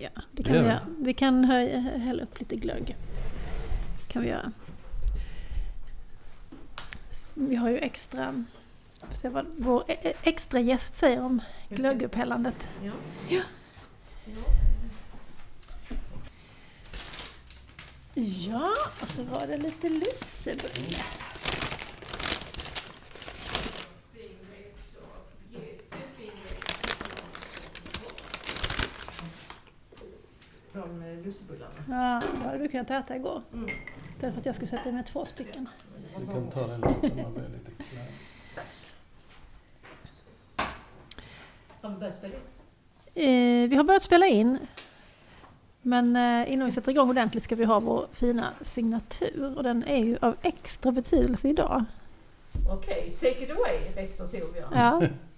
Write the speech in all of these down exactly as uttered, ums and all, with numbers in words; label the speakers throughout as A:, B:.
A: göra. Det kan vi göra. Vi kan höja, hälla upp lite glögg. Kan vi göra. Vi har ju extra... Får se vad vår extra gäst säger om glöggupphällandet. Ja. Ja. Ja, och så var det lite lussebulle.
B: De lussebullarna.
A: Ja, det hade du kunnat äta igår. Mm. Därför att jag skulle sätta med två stycken.
C: Vi kan ta den lite, man blir lite klar.
B: Har vi börjat spela in?
A: Eh, vi har börjat spela in. Men eh, innan vi sätter igång ordentligt ska vi ha vår fina signatur. Och den är ju av extra betydelse idag.
B: Okej, okay, take it away, rektor Torbjörn.
A: Ja.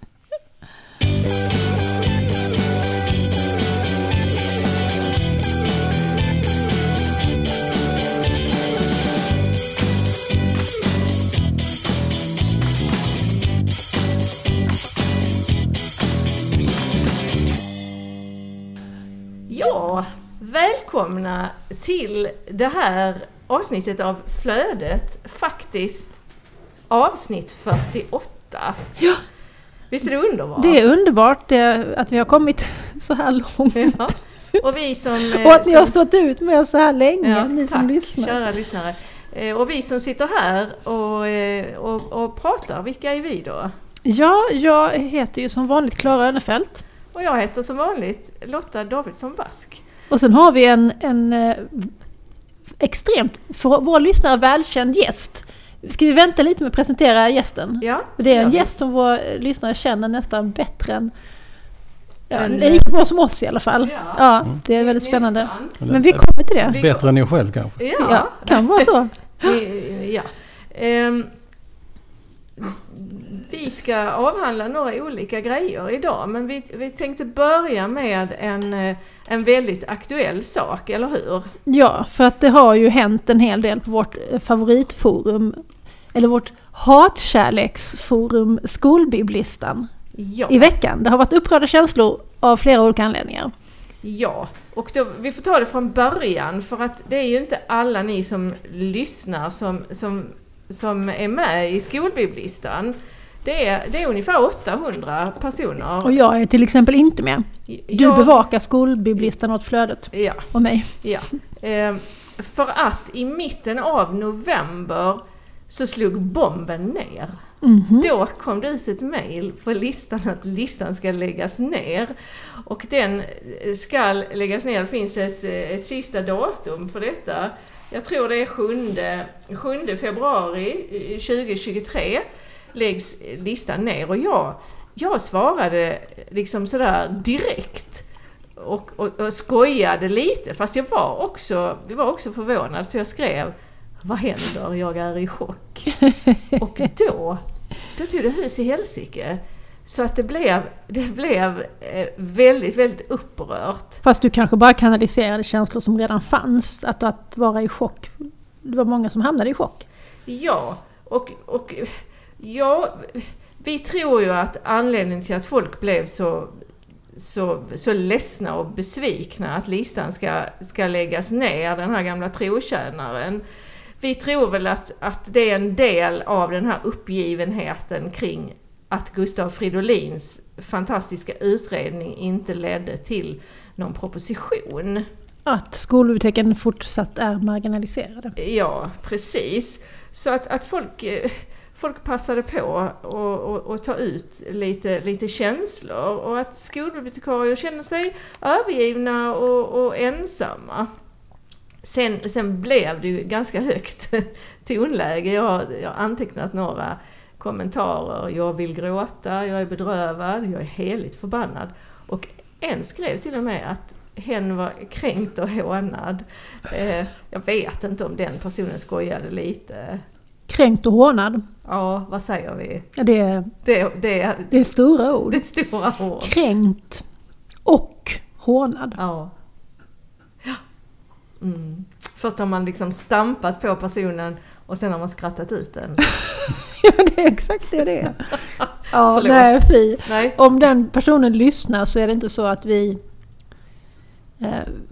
B: Ja, välkomna till det här avsnittet av Flödet, faktiskt avsnitt fyrtioåtta.
A: Ja.
B: Visst är det underbart?
A: Det är underbart det, att vi har kommit så här långt. Ja.
B: Och, vi som,
A: och att ni
B: som,
A: har stått ut med oss så här länge,
B: ja,
A: ni
B: tack,
A: som lyssnar.
B: Kära lyssnare. Och vi som sitter här och, och, och pratar, vilka är vi då?
A: Ja, jag heter ju som vanligt Klara Önefelt.
B: Och jag heter som vanligt Lotta Davidsson Bask.
A: Och sen har vi en, en eh, extremt, för våra lyssnare, välkänd gäst. Ska vi vänta lite med att presentera gästen?
B: Ja.
A: Det är en
B: ja.
A: gäst som våra lyssnare känner nästan bättre än... Ja,
B: en,
A: lika bra som oss i alla fall. Ja, ja det är väldigt spännande.
B: Nästan.
A: Men vi kommer till det.
C: Bättre än er själv kanske.
B: Ja,
A: ja kan vara så.
B: ja. Um, vi ska avhandla några olika grejer idag, men vi, vi tänkte börja med en, en väldigt aktuell sak, eller hur?
A: Ja, för att det har ju hänt en hel del på vårt favoritforum, eller vårt hatkärleksforum Skolbiblistan
B: ja.
A: i veckan. Det har varit upprörda känslor av flera olika anledningar.
B: Ja, och då, vi får ta det från början, för att det är ju inte alla ni som lyssnar som, som, som är med i Skolbiblistan. Det är, det är ungefär åttahundra personer.
A: Och jag är till exempel inte med. Du
B: jag,
A: bevakar Skolbiblistan åt Flödet.
B: Ja.
A: Och mig.
B: Ja. Eh, för att i mitten av november så slog bomben ner. Mm-hmm. Då kom det ut ett mejl på listan att listan ska läggas ner. Och den ska läggas ner. Det finns ett, ett sista datum för detta. Jag tror det är sjunde februari tjugohundratjugotre läggs listan ner. Och jag, jag svarade liksom sådär direkt och, och, och skojade lite. Fast jag var också, jag var också förvånad, så jag skrev: vad händer? Jag är i chock. Och då, då tog det hus i helsike. Så att det blev, det blev eh, väldigt, väldigt upprört.
A: Fast du kanske bara kanaliserade känslor som redan fanns. Att, att vara i chock. Det var många som hamnade i chock.
B: Ja, och, och ja, vi tror ju att anledningen till att folk blev så, så, så ledsna och besvikna att listan ska, ska läggas ner, den här gamla trotjänaren. Vi tror väl att, att det är en del av den här uppgivenheten kring att Gustav Fridolins fantastiska utredning inte ledde till någon proposition.
A: Att skolbiblioteken fortsatt är marginaliserade.
B: Ja, precis. Så att, att folk, folk passade på att ta ut lite, lite känslor, och att skolbibliotekarier känner sig övergivna och, och ensamma. Sen, sen blev det ju ganska högt tonläge. Jag, jag har antecknat några kommentarer. Jag vill gråta, jag är bedrövad, jag är heligt förbannad. Och en skrev till och med att hen var kränkt och hånad. Eh, jag vet inte om den personen skojade lite.
A: Kränkt och hånad?
B: Ja, vad säger vi?
A: Ja, det, är,
B: det, det,
A: det är stora ord.
B: Det är stora ord.
A: Kränkt och hånad.
B: Ja. Mm. Först har man liksom stampat på personen och sen har man skrattat ut den.
A: Ja, det är exakt det det är. Ja, nej, fy.
B: Nej.
A: Om den personen lyssnar så är det inte så att vi eh,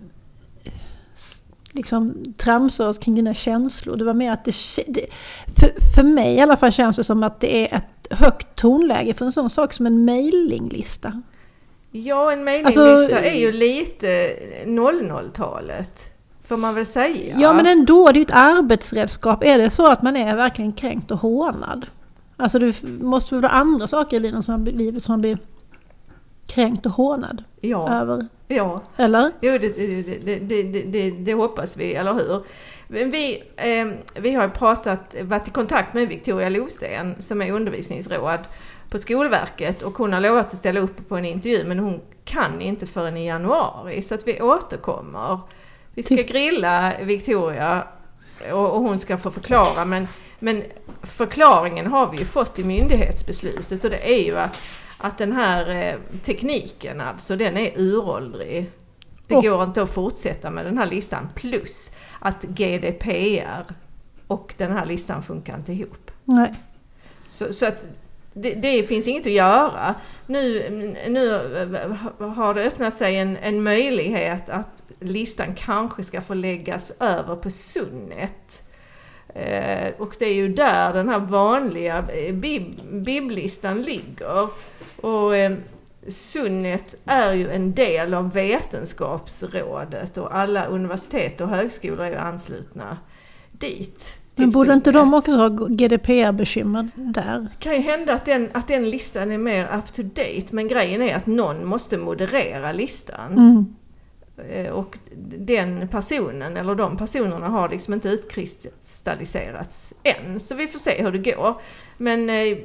A: liksom tramsa oss kring dina känslor. Det var mer att det, det för, för mig i alla fall känns det som att det är ett högt tonläge för en sån sak som en mailinglista.
B: Ja, en mailinglista alltså, är ju lite noll noll-talet. Får man väl säga.
A: Ja, men ändå, det är ju ett arbetsredskap. Är det så att man är verkligen kränkt och hånad? Alltså det måste väl vara andra saker i livet som, livet som man blir kränkt och hånad
B: ja.
A: över.
B: Ja.
A: Eller?
B: Jo, det, det, det, det, det, det hoppas vi, eller hur? Men vi, eh, vi har pratat, varit i kontakt med Victoria Losten som är undervisningsråd på Skolverket, och hon har lovat att ställa upp på en intervju, men hon kan inte förrän i januari, så att vi återkommer. Vi ska grilla Victoria och, och hon ska få förklara, men, men förklaringen har vi ju fått i myndighetsbeslutet, och det är ju att, att den här eh, tekniken, alltså den är uråldrig. Det oh. går inte att fortsätta med den här listan, plus att G D P R och den här listan funkar inte ihop.
A: Nej.
B: Så, så att det, det finns inget att göra. Nu, nu har det öppnat sig en, en möjlighet att listan kanske ska få läggas över på Sunnet. Eh, och det är ju där den här vanliga bib, biblistan ligger. Och eh, Sunnet är ju en del av Vetenskapsrådet, och alla universitet och högskolor är ju anslutna dit.
A: Men borde inte de också ha G D P R-bekymmer där?
B: Det kan ju hända att den, att den listan är mer up to date, men grejen är att någon måste moderera listan.
A: Mm.
B: Och den personen eller de personerna har liksom inte utkristalliserats än, så vi får se hur det går. Men eh,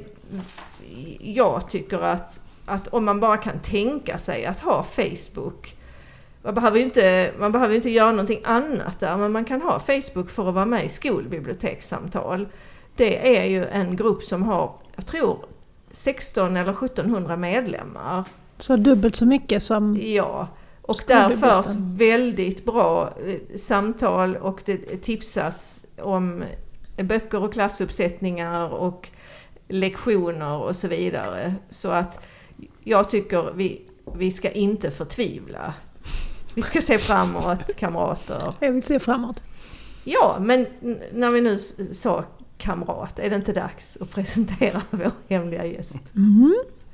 B: jag tycker att, att om man bara kan tänka sig att ha Facebook, man behöver ju inte, man behöver inte göra någonting annat där, men man kan ha Facebook för att vara med i skolbibliotekssamtal. Det är ju en grupp som har, jag tror, sexton eller sjuttonhundra medlemmar.
A: Så dubbelt så mycket som...
B: Ja. Och där förs väldigt bra samtal, och det tipsas om böcker och klassuppsättningar och lektioner och så vidare. Så att jag tycker vi, vi ska inte förtvivla. Vi ska se framåt, kamrater.
A: Jag vill se framåt.
B: Ja, men när vi nu sa kamrat, är det inte dags att presentera vår hemliga gäst?
A: Mm.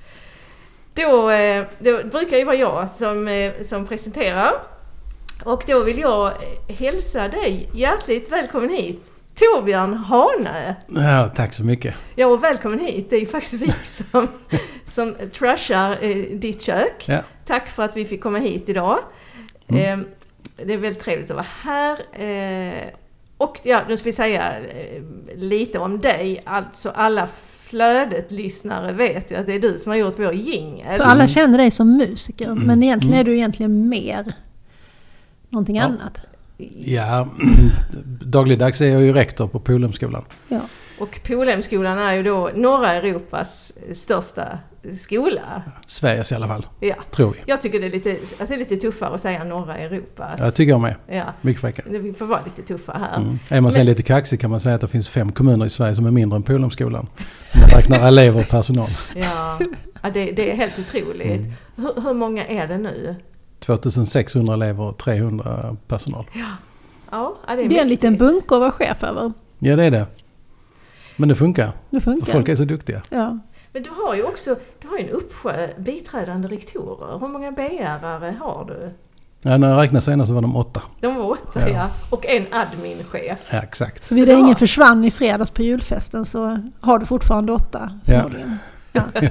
B: Då, då brukar det vara jag som, som presenterar, och då vill jag hälsa dig hjärtligt välkommen hit, Torbjörn Hane.
C: Ja, tack så mycket.
B: Ja, och välkommen hit. Det är ju faktiskt vi som, som trashar eh, ditt kök.
C: Ja.
B: Tack för att vi fick komma hit idag. Mm. Eh, det är väldigt trevligt att vara här. Eh, och ja, nu ska vi säga eh, lite om dig. Alltså alla flödet lyssnare vet ju att det är du som har gjort vår jingle.
A: Så alla känner dig som musiker, mm. men egentligen mm. är du egentligen mer någonting
C: ja.
A: annat.
C: Ja, dagligdags är jag ju rektor på Polhemskolan.
B: Ja. Och Polhemskolan är ju då norra Europas största skola.
C: Sveriges i alla fall,
B: ja.
C: tror vi.
B: Jag tycker det är lite, att det är lite tuffare att säga norra Europas.
C: Jag tycker jag med.
B: Ja.
C: Mycket fräckare.
B: Vi får vara lite tuffa här.
C: Mm. Är man sen Men... lite kaxig kan man säga att det finns fem kommuner i Sverige som är mindre än Polhemskolan. Man räknar elever och personal.
B: Ja, ja det, det är helt otroligt. Mm. Hur, hur många är det nu?
C: tvåtusensexhundra elever och trehundra personal.
B: Ja. Ja, det är,
A: det är en liten bunk att vara chef över.
C: Ja, det är det. Men det funkar.
A: Det funkar.
C: Folk är så duktiga.
A: Ja.
B: Men du har ju också du har ju en uppsjö biträdande rektorer. Hur många B R-are har du?
C: Ja, när jag räknade senast så var de åtta.
B: De var åtta, ja. ja. Och en adminchef.
C: Ja, exakt.
A: Så vid det ingen försvann i fredags på julfesten så har du fortfarande åtta förmodligen. Ja. Ja.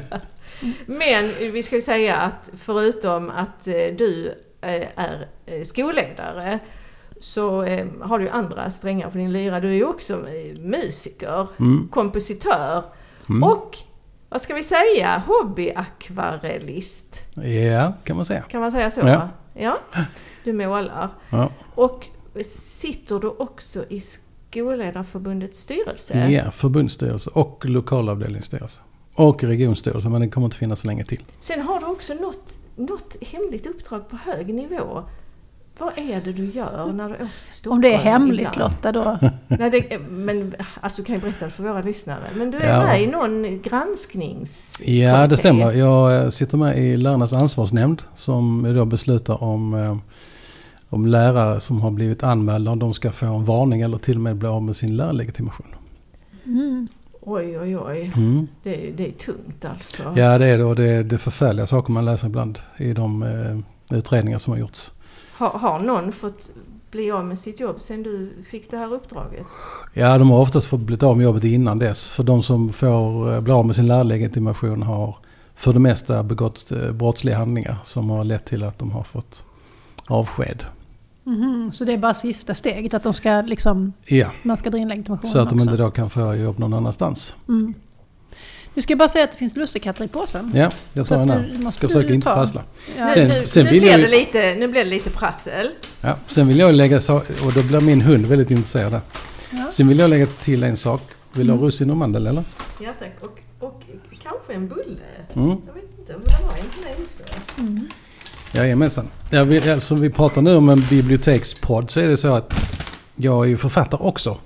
B: Men vi ska ju säga att förutom att du är skolledare så har du andra strängar på din lyra. Du är ju också musiker, mm. kompositör mm. och vad ska vi säga? Hobbyakvarellist.
C: Ja, kan man säga.
B: Kan man säga så?
C: Ja.
B: Ja. Du målar.
C: Ja.
B: Och sitter du också i Skolledarförbundets styrelse?
C: Ja, förbundsstyrelse och lokalavdelningsstyrelse. Och regionstyrelse, men det kommer inte finnas så länge till.
B: Sen har du också något, något hemligt uppdrag på hög nivå. Vad är det du gör när du åker till Stockholm?
A: Om det är hemligt,
B: ibland?
A: Lotta, då?
B: Nej, det, men alltså kan jag berätta för våra lyssnare. Men du är
C: ja.
B: med i någon gransknings...
C: Ja, det stämmer. Jag sitter med i Lärarnas ansvarsnämnd som då beslutar om om lärare som har blivit anmälda om de ska få en varning eller till och med bli av med sin lärarlegitimation.
B: Mm. Oj, oj, oj. Mm. Det, det är tungt alltså.
C: Ja, det är det, och det är, det är förfärliga saker man läser ibland i de eh, utredningar som har gjorts.
B: Har, har någon fått bli av med sitt jobb sen du fick det här uppdraget?
C: Ja, de har oftast fått bli av med jobbet innan dess. För de som får bli av med sin lärarlegitimation har för det mesta begått brottsliga handlingar som har lett till att de har fått avsked.
A: Mm-hmm. Så det är bara sista steget att de ska liksom,
C: ja.
A: man ska dra in legitimationen
C: så att de
A: också.
C: inte då kan få jobb någon annanstans.
A: Mm. Du ska bara säga att det finns lussekatter i påsen.
C: Ja, jag tar den här. Ska försöka inte prassla.
B: Ja. Sen, nu sen nu, vill blev jag, det lite, nu blev det lite prassel.
C: Ja, sen vill jag lägga, och då blir min hund väldigt intresserad där. Ja. Sen vill jag lägga till en sak. Vill du mm. ha russin och mandel eller?
B: Ja tack, och, och kanske en bulle. Mm. Jag vet inte, men det var en till mig också. Mm.
C: Jajamensan. Ja, vi, alltså, vi pratar nu om en bibliotekspodd, så är det så att jag är ju författare också.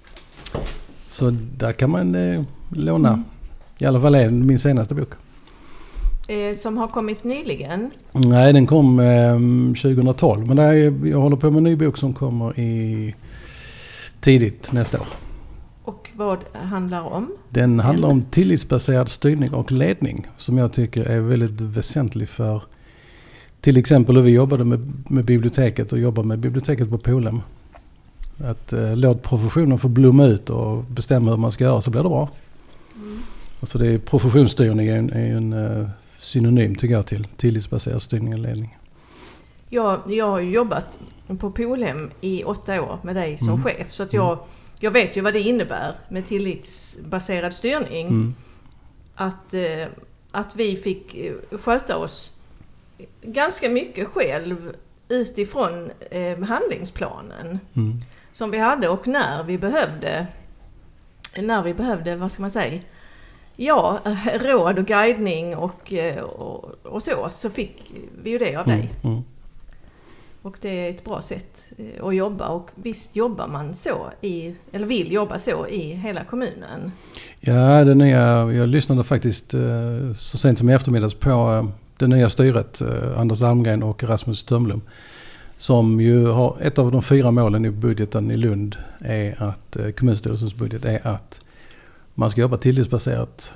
C: Så där kan man eh, låna, mm. i alla fall är min senaste bok.
B: Eh, som har kommit nyligen?
C: Nej, den kom eh, tjugohundratolv. Men där är, jag håller på med en ny bok som kommer i tidigt nästa år.
B: Och vad handlar om?
C: Den handlar om tillitsbaserad styrning och ledning, som jag tycker är väldigt väsentlig för till exempel hur vi jobbade med, med biblioteket och jobbar med biblioteket på Polhem. Att eh, låt professionen få blomma ut och bestämma hur man ska göra, så blir det bra. Mm. Alltså det är, professionsstyrning är en, är en uh, synonym tycker jag till tillitsbaserad styrning och ledning.
B: Jag, jag har jobbat på Polhem i åtta år med dig som mm. chef, så att jag, mm. jag vet ju vad det innebär med tillitsbaserad styrning. Mm. Att, eh, att vi fick sköta oss ganska mycket själv utifrån eh, handlingsplanen mm. som vi hade, och när vi behövde när vi behövde, vad ska man säga, ja, råd och guidning och, och, och så, så fick vi ju det av dig. Mm. Mm. Och det är ett bra sätt att jobba, och visst jobbar man så i, eller vill jobba så i hela kommunen.
C: Ja, det nya, jag lyssnade faktiskt så sent som i eftermiddags på det nya styret, Anders Almgren och Rasmus Strömlum, som ju har ett av de fyra målen i budgeten i Lund är att kommunstyrelsens budget är att man ska jobba tillitsbaserat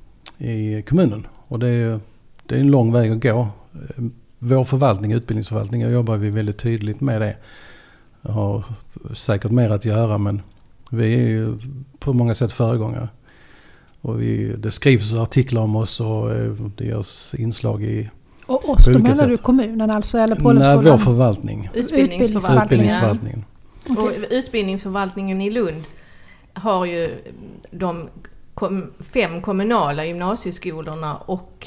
C: i kommunen. Och det är, det är en lång väg att gå. Vår förvaltning, utbildningsförvaltningen, jobbar vi väldigt tydligt med det. Jag har säkert mer att göra, men vi är ju på många sätt föregångare. Och vi, det skrivs artiklar om oss och det görs inslag i
A: och oss, då menar sätt. Du kommunen alltså? Eller Polhemskolan?
C: Nej, vår förvaltning.
B: Utbildningsförvaltningen.
C: Utbildningsförvaltningen.
B: Okay. Och utbildningsförvaltningen i Lund har ju de kom, fem kommunala gymnasieskolorna och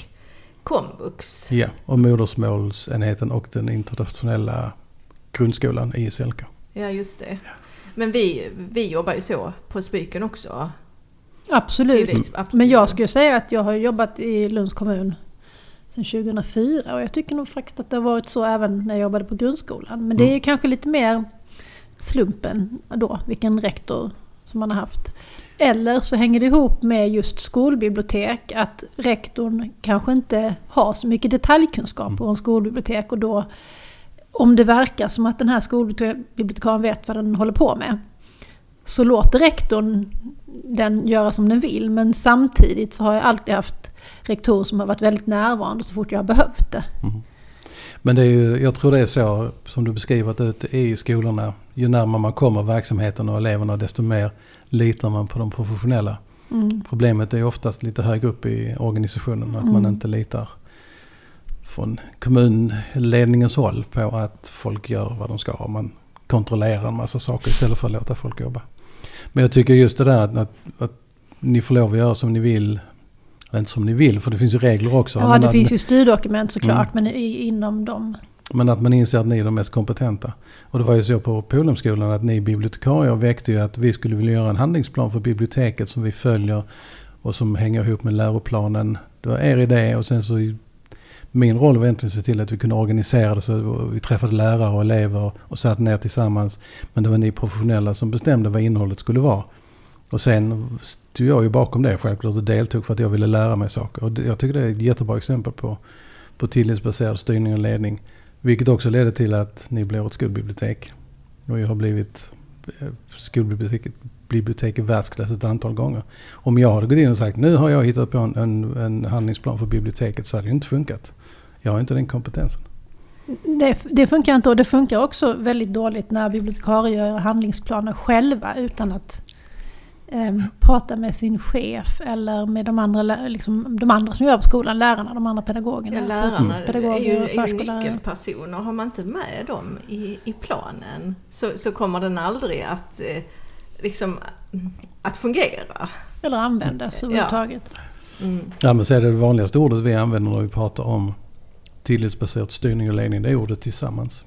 B: komvux.
C: Ja, och modersmålsenheten och den internationella grundskolan, I S L K.
B: Ja, just det. Men vi, vi jobbar ju så på Spyken också.
A: Absolut. Mm. Men jag skulle säga att jag har jobbat i Lunds kommun sedan tjugohundrafyra, och jag tycker nog faktiskt att det har varit så även när jag jobbade på grundskolan. Men mm. det är kanske lite mer slumpen då, vilken rektor som man har haft. Eller så hänger det ihop med just skolbibliotek, att rektorn kanske inte har så mycket detaljkunskap på en skolbibliotek, och då om det verkar som att den här skolbibliotekarien vet vad den håller på med, så låter rektorn den göra som den vill. Men samtidigt så har jag alltid haft rektorer som har varit väldigt närvarande så fort jag har behövt det. Mm.
C: Men det är ju, jag tror det är så som du beskriver, att ute i skolorna, ju närmare man kommer verksamheten och eleverna, desto mer litar man på de professionella. Mm. Problemet är oftast lite högre upp i organisationen, att mm. man inte litar från kommunledningens håll på att folk gör vad de ska. Man kontrollerar en massa saker istället för att låta folk jobba. Men jag tycker just det där att, att, att ni får lov att göra som ni vill. Inte som ni vill, för det finns ju regler också.
A: Ja,
C: men
A: det
C: att,
A: finns ju styrdokument såklart, mm. men inom dem.
C: Men att man inser att ni är de mest kompetenta. Och det var ju så på Polhemskolan att ni bibliotekarier väckte ju att vi skulle vilja göra en handlingsplan för biblioteket som vi följer och som hänger ihop med läroplanen. Det var er idé, och sen så min roll var egentligen att se till att vi kunde organisera det, så vi träffade lärare och elever och satt ner tillsammans. Men det var ni professionella som bestämde vad innehållet skulle vara. Och sen stod jag ju bakom det självklart och deltog för att jag ville lära mig saker. Och jag tycker det är ett jättebra exempel på, på tillitsbaserad styrning och ledning. Vilket också ledde till att ni blev ett skolbibliotek. Och jag har blivit skolbibliotek bibliotek i världsklass ett antal gånger. Om jag hade gått in och sagt nu har jag hittat på en, en, en handlingsplan för biblioteket så hade det inte funkat. Jag har inte den kompetensen.
A: Det, det funkar inte, och det funkar också väldigt dåligt när bibliotekarier gör handlingsplaner själva utan att eh, prata med sin chef eller med de andra, liksom, de andra som gör på skolan, lärarna, de andra pedagogerna.
B: Ja, lärarna är ju, är ju nyckelpersoner. Har man inte med dem i, i planen så, så kommer den aldrig att, eh, liksom, att fungera.
A: Eller användas överhuvudtaget.
B: Ja. Mm.
C: Ja, men så är det det vanligaste ordet vi använder när vi pratar om tillitsbaserad styrning och ledning, det är ordet tillsammans.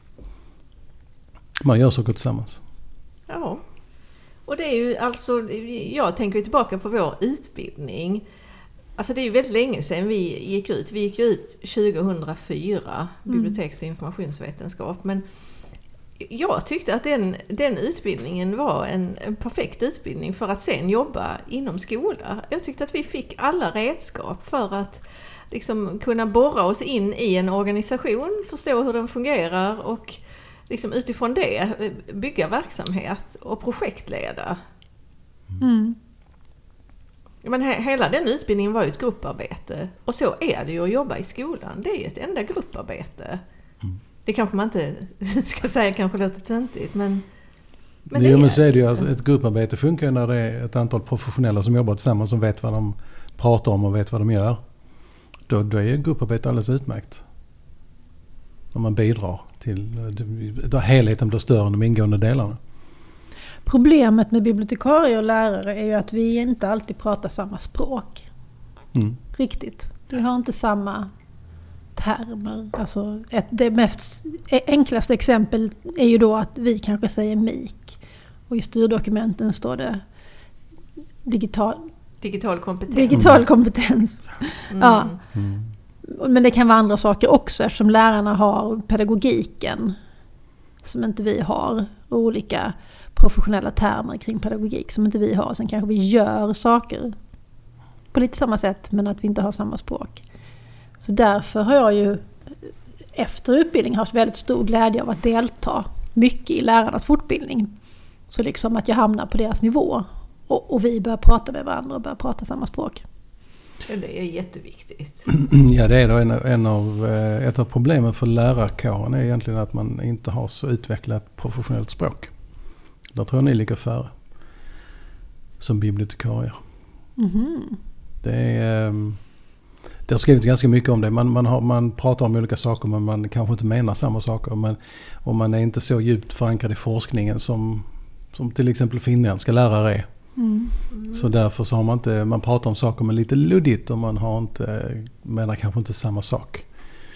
C: Man gör saker tillsammans.
B: Ja, och det är ju alltså, jag tänker tillbaka på vår utbildning. Alltså det är ju väldigt länge sedan vi gick ut. Vi gick ut tjugohundrafyra, mm. biblioteks- och informationsvetenskap. Men jag tyckte att den, den utbildningen var en, en perfekt utbildning för att sen jobba inom skola. Jag tyckte att vi fick alla redskap för att liksom kunna borra oss in i en organisation, förstå hur den fungerar och liksom utifrån det bygga verksamhet och projektleda.
A: Mm.
B: Men he- hela den utbildningen var ju ett grupparbete. Och så är det ju att jobba i skolan. Det är ju ett enda grupparbete. Mm. Det kanske man inte ska säga, kanske låter töntigt, men...
C: Men det, jo, men så är det ju att ett grupparbete funkar när det är ett antal professionella som jobbar tillsammans som vet vad de pratar om och vet vad de gör. Då, då är grupparbete alldeles utmärkt. Om man bidrar till... Då helheten blir större än de ingående delarna.
A: Problemet med bibliotekarier och lärare är ju att vi inte alltid pratar samma språk.
C: Mm.
A: Riktigt. Vi har inte samma termer. Alltså ett, det mest enklaste exempel är ju då att vi kanske säger M I K. Och i styrdokumenten står det digital...
B: Digital kompetens.
A: Digital kompetens.
B: Mm.
A: Ja.
C: Mm.
A: Men det kan vara andra saker också eftersom lärarna har pedagogiken som inte vi har. Och olika professionella termer kring pedagogik som inte vi har. Sen kanske vi gör saker på lite samma sätt men att vi inte har samma språk. Så därför har jag ju efter utbildning haft väldigt stor glädje av att delta mycket i lärarnas fortbildning. Så liksom att jag hamnar på deras nivå. Och, och vi börjar prata med varandra och börjar prata samma språk.
B: Det är jätteviktigt.
C: Ja, det är då en, en av, ett av problemen för lärarkåren är egentligen att man inte har så utvecklat professionellt språk. Där tror jag ni ligger före. Som bibliotekarier.
A: Mm-hmm.
C: Det är... Det har skrivits ganska mycket om det. Man, man, har, man pratar om olika saker men man kanske inte menar samma saker. Men, och man är inte så djupt förankrad i forskningen som, som till exempel finländska lärare är.
A: Mm.
B: Mm.
C: Så därför så har man inte, man pratar om saker men lite luddigt och man har inte, menar kanske inte samma sak.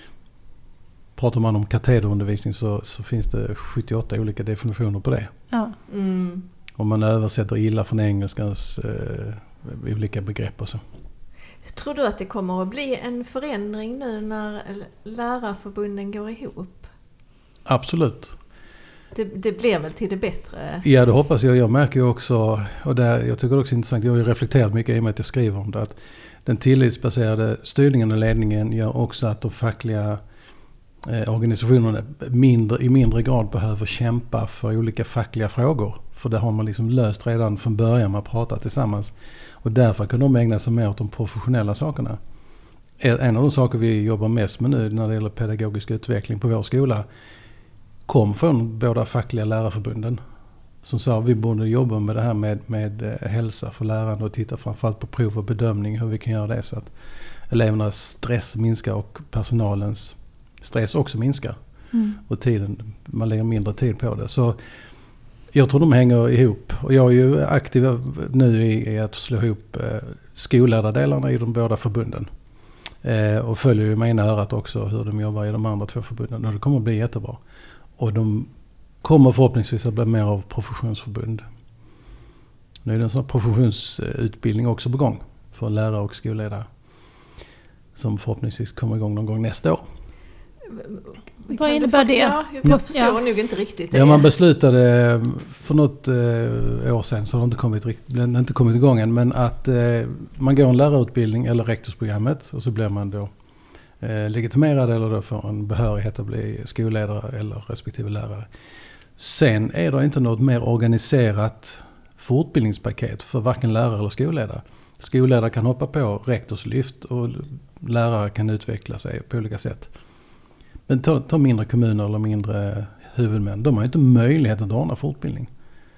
C: Pratar man om katederundervisning så, så finns det sjuttioåtta olika definitioner på det.
A: Ja.
B: Mm.
C: Om man översätter illa från engelskans eh, olika begrepp och så.
B: Tror du att det kommer att bli en förändring nu när lärarförbunden går ihop?
C: Absolut.
B: Det, det blir väl till det bättre?
C: Ja, det hoppas jag. Jag märker ju också, och det, jag tycker också är intressant, jag har ju reflekterat mycket i och med att jag skriver om det, att den tillitsbaserade styrningen och ledningen gör också att de fackliga eh, organisationerna mindre, i mindre grad behöver kämpa för olika fackliga frågor. För det har man liksom löst redan från början, man pratar tillsammans. Och därför kan de ägna sig mer åt de professionella sakerna. En av de saker vi jobbar mest med nu när det gäller pedagogisk utveckling på vår skola kom från båda fackliga lärarförbunden. Som sa att vi borde jobba med det här med, med hälsa för lärarna och titta framförallt på prov och bedömning, hur vi kan göra det så att elevernas stress minskar och personalens stress också minskar. Mm. Och tiden, man lägger mindre tid på det. Så jag tror de hänger ihop. Och jag är ju aktiv nu i, i att slå ihop eh, skolledardelarna i de båda förbunden. Eh, och följer ju med ena örat också hur de jobbar i de andra två förbunden. Och det kommer att bli jättebra. Och de kommer förhoppningsvis att bli mer av professionsförbund. Nu är det en sån professionsutbildning också på gång för lärare och skolledare. Som förhoppningsvis kommer igång någon gång nästa år.
A: Vad innebär det?
B: Ja, jag förstår ja. nog inte riktigt det.
C: Ja, man beslutade för något eh, år sedan, så har det inte kommit, inte kommit igång än, men att eh, man går en lärarutbildning eller rektorsprogrammet och så blir man då eh, legitimerad eller då får en behörighet att bli skolledare eller respektive lärare. Sen är det inte något mer organiserat fortbildningspaket för varken lärare eller skolledare. Skolledare kan hoppa på rektorslyft och lärare kan utveckla sig på olika sätt. Men ta, ta mindre kommuner eller mindre huvudmän, de har inte möjlighet att ordna fortbildning.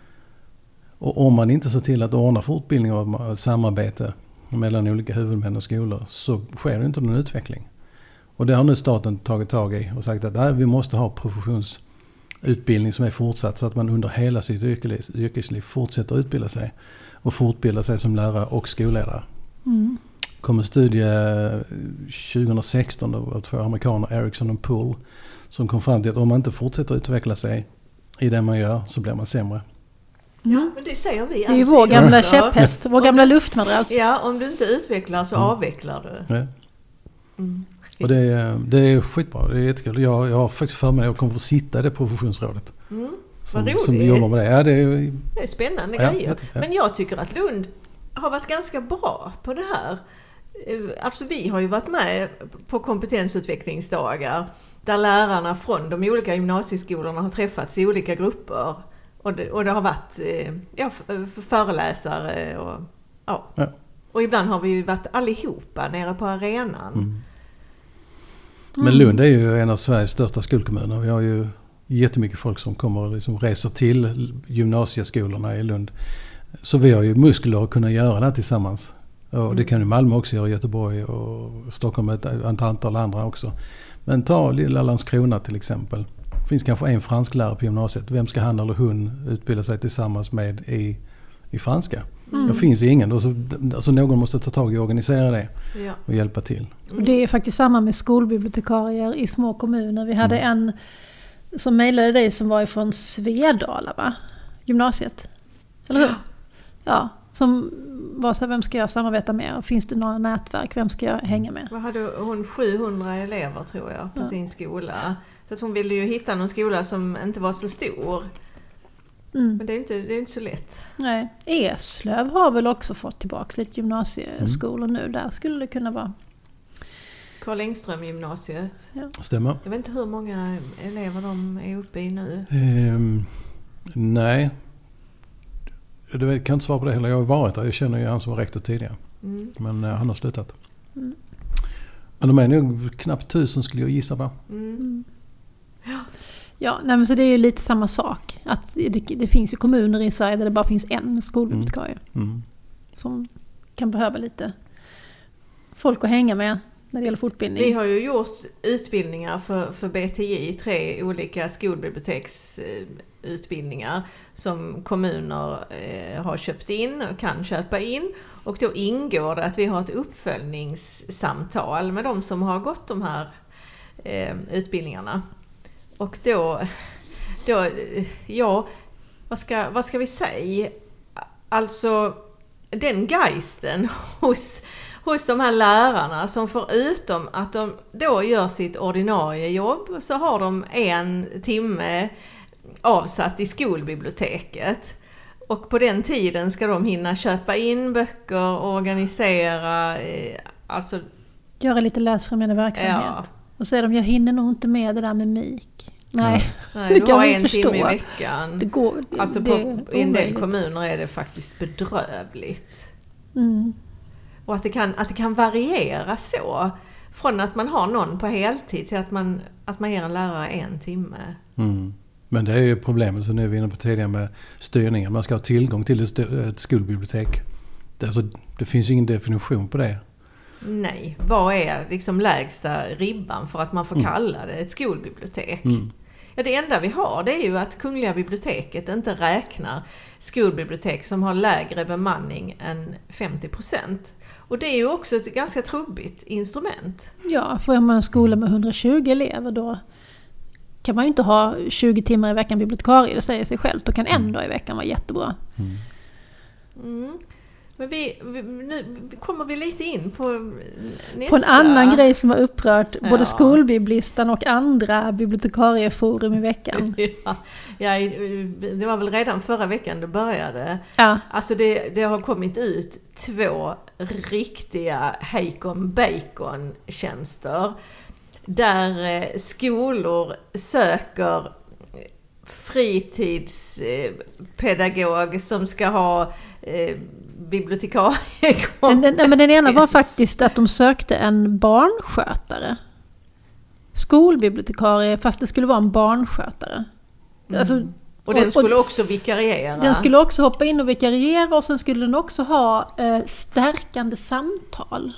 C: Och om man inte ser till att ordna fortbildning och samarbete mellan olika huvudmän och skolor så sker det inte någon utveckling. Och det har nu staten tagit tag i och sagt att nej, vi måste ha professionsutbildning som är fortsatt så att man under hela sitt yrkesliv, yrkesliv fortsätter utbilda sig och fortbilda sig som lärare och skolledare. Mm. kom en studie tjugohundrasexton av två amerikaner, Ericsson och Poole, som kom fram till att om man inte fortsätter utveckla sig i det man gör så blir man sämre.
B: Ja, men det säger vi.
A: Det är ju vår gamla också. käpphäst, vår gamla luftmadrass.
B: Ja, om du inte utvecklar så mm. avvecklar du.
C: Ja. Mm. Och det är, det är skitbra, det är jättekul. Jag, jag har faktiskt för mig att jag kommer få sitta i det professionsrådet.
B: Mm.
C: Som,
B: Vad roligt.
C: som jobbar med det. Ja, det, är,
B: det är spännande
C: ja,
B: grejer.
C: jätte, ja.
B: Men jag tycker att Lund har varit ganska bra på det här. Alltså vi har ju varit med på kompetensutvecklingsdagar där lärarna från de olika gymnasieskolorna har träffats i olika grupper. Och det, och det har varit ja, föreläsare och ja. ja. Och ibland har vi ju varit allihopa nere på arenan.
C: Mm. Men Lund är ju en av Sveriges största skolkommuner. Vi har ju jättemycket folk som kommer och liksom reser till gymnasieskolorna i Lund. Så vi har ju muskler att kunna göra det här tillsammans. Och mm. det kan ju Malmö också göra, Göteborg och Stockholm och ett antal andra också. Men ta lilla Landskrona till exempel. Det finns kanske en fransklärare på gymnasiet. Vem ska han eller hon utbilda sig tillsammans med i, i franska? Mm. Det finns ingen. Alltså, alltså någon måste ta tag i och organisera det ja. och hjälpa till.
A: Mm. Och det är faktiskt samma med skolbibliotekarier i små kommuner. Vi hade mm. en som mejlade dig som var ifrån Svedala, va? Gymnasiet. Eller hur? Ja. ja. Som var så här, vem ska jag samarbeta med? Finns det några nätverk? Vem ska jag hänga med?
B: Vad hade hon? sjuhundra elever tror jag på ja. sin skola. Så att hon ville ju hitta någon skola som inte var så stor. Mm. Men det är, inte, det är inte så lätt.
A: Nej. Eslöv har väl också fått tillbaka lite gymnasieskolor mm. nu. Där skulle det kunna vara.
B: Karl Engström gymnasiet.
C: Ja. Stämmer.
B: Jag vet inte hur många elever de är uppe i nu.
C: Um, nej. Det kan jag inte svara på det heller. Jag har varit där. Jag känner ju han som var rektor tidigare. Mm. Men uh, han har slutat. Mm. Men de är nog knappt tusen skulle jag gissa på.
A: Mm. Ja. Ja, nej, men så det är ju lite samma sak. Att det, det finns ju kommuner i Sverige där det bara finns en skolbibliotekarie. Mm. Mm. Som kan behöva lite folk att hänga med när det gäller fortbildning.
B: Vi har ju gjort utbildningar för, för B T J, tre olika skolbiblioteksutbildningar som kommuner eh, har köpt in och kan köpa in. Och då ingår det att vi har ett uppföljningssamtal med de som har gått de här eh, utbildningarna. Och då, då ja, vad ska, vad ska vi säga? Alltså, den geisten hos, hos de här lärarna som förutom att de då gör sitt ordinarie jobb så har de en timme avsatt i skolbiblioteket. Och på den tiden ska de hinna köpa in böcker, organisera, alltså...
A: Göra lite läsfrämjande verksamhet. Ja. Och så är de, jag hinner nog inte med det där med mik. Nej,
B: Nej du har en förstå. timme i veckan.
A: Det går,
B: alltså
A: det
B: på, i en del kommuner är det faktiskt bedrövligt. Mm. Och att det, kan, att det kan variera så. Från att man har någon på heltid till att man, att man ger en lärare en timme.
C: Mm. Men det är ju problemet, så nu är vi inne på tidigare med styrningen. Man ska ha tillgång till ett, ett skolbibliotek. Det, alltså, det finns ju ingen definition på det.
B: Nej, vad är liksom lägsta ribban för att man får kalla det ett skolbibliotek? Mm. Ja, det enda vi har det är ju att Kungliga biblioteket inte räknar skolbibliotek som har lägre bemanning än femtio procent. Och det är ju också ett ganska trubbigt instrument.
A: Ja, för man en skola med hundratjugo elever då kan man ju inte ha tjugo timmar i veckan bibliotekarie, det säger sig själv. Då kan en dag i veckan vara jättebra. Mm.
B: Mm. Men vi, vi, nu kommer vi lite in på nästa.
A: På en annan grej som har upprört
B: ja.
A: både skolbiblistan och andra bibliotekarieforum i veckan.
B: Ja, ja, det var väl redan förra veckan det började.
A: Ja.
B: Alltså det, det har kommit ut två riktiga Hejkon Bacon-tjänster där skolor söker fritidspedagog som ska ha eh, bibliotekarie.
A: Den, den, men den ena var faktiskt att de sökte en barnskötare. Skolbibliotekarie, fast det skulle vara en barnskötare.
B: Mm.
A: Alltså,
B: och den skulle och, också vikariera.
A: Den skulle också hoppa in och vikariera, och sen skulle den också ha eh, stärkande samtal.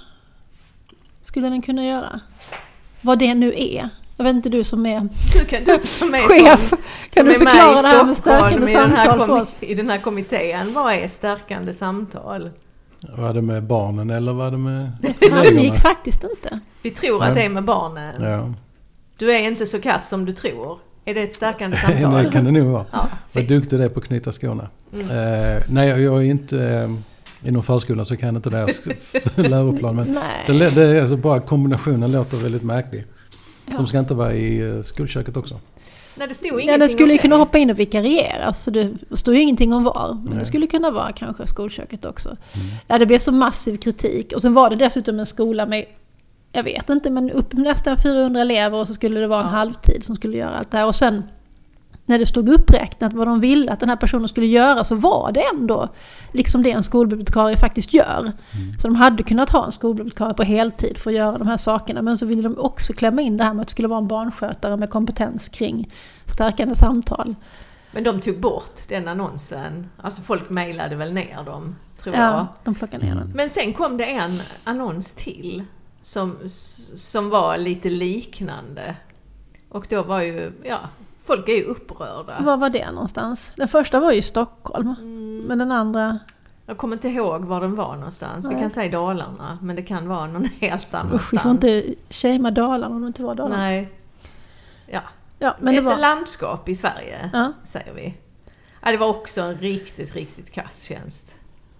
A: Skulle den kunna göra. Vad det nu är. Jag vet inte, du som är,
B: du kan, du som är
A: chef,
B: som,
A: kan
B: som
A: du förklara det här med stärkande
B: med
A: samtal
B: kom,
A: för oss?
B: I den här kommittén, vad är stärkande samtal?
C: Var det med barnen eller var det med
A: Det framgick faktiskt inte.
B: Vi tror
C: ja.
B: att det är med barnen.
C: Ja.
B: Du är inte så kass som du tror. Är det ett stärkande samtal?
C: Nej, kan det nog vara.
B: Ja,
C: vad duktig det är på att knyta skorna. Mm. Uh, nej, jag är inte... Uh, inom förskolan så kan inte det här läroplan. Men det, det är alltså bara kombinationen låter väldigt märklig. Ja. De ska inte vara i skolköket också.
B: Nej, det stod ingenting.
A: Ja, det skulle
B: ju
A: kunna hoppa in och vikariera, så det står ju ingenting om var. Men
C: Nej.
A: det skulle kunna vara kanske skolköket också. Mm. Ja, det blev så massiv kritik. Och sen var det dessutom en skola med, jag vet inte, men upp nästan fyrahundra elever, och så skulle det vara en ja. halvtid som skulle göra allt det här. Och sen när det stod uppräknat vad de ville att den här personen skulle göra, så var det ändå liksom det en skolbibliotekarie faktiskt gör. Mm. Så de hade kunnat ha en skolbibliotekarie på heltid för att göra de här sakerna, men så ville de också klämma in det här med att det skulle vara en barnskötare med kompetens kring stärkande samtal.
B: Men de tog bort den annonsen. Alltså folk mejlade väl ner dem, tror
A: ja,
B: jag.
A: de plockade ner den.
B: Men sen kom det en annons till som, som var lite liknande. Och då var ju, ja... Folk är ju upprörda.
A: Var var det någonstans? Den första var ju i Stockholm. Mm. Men den andra...
B: Jag kommer inte ihåg var den var någonstans. Nej. Vi kan säga Dalarna. Men det kan vara någon helt annanstans.
A: Usch, vi får inte shama Dalarna om det inte var Dalarna.
B: Nej. Ja.
A: ja men
B: Ett
A: det var...
B: landskap i Sverige,
A: ja.
B: säger vi. Ja, det var också en riktigt, riktigt kass tjänst.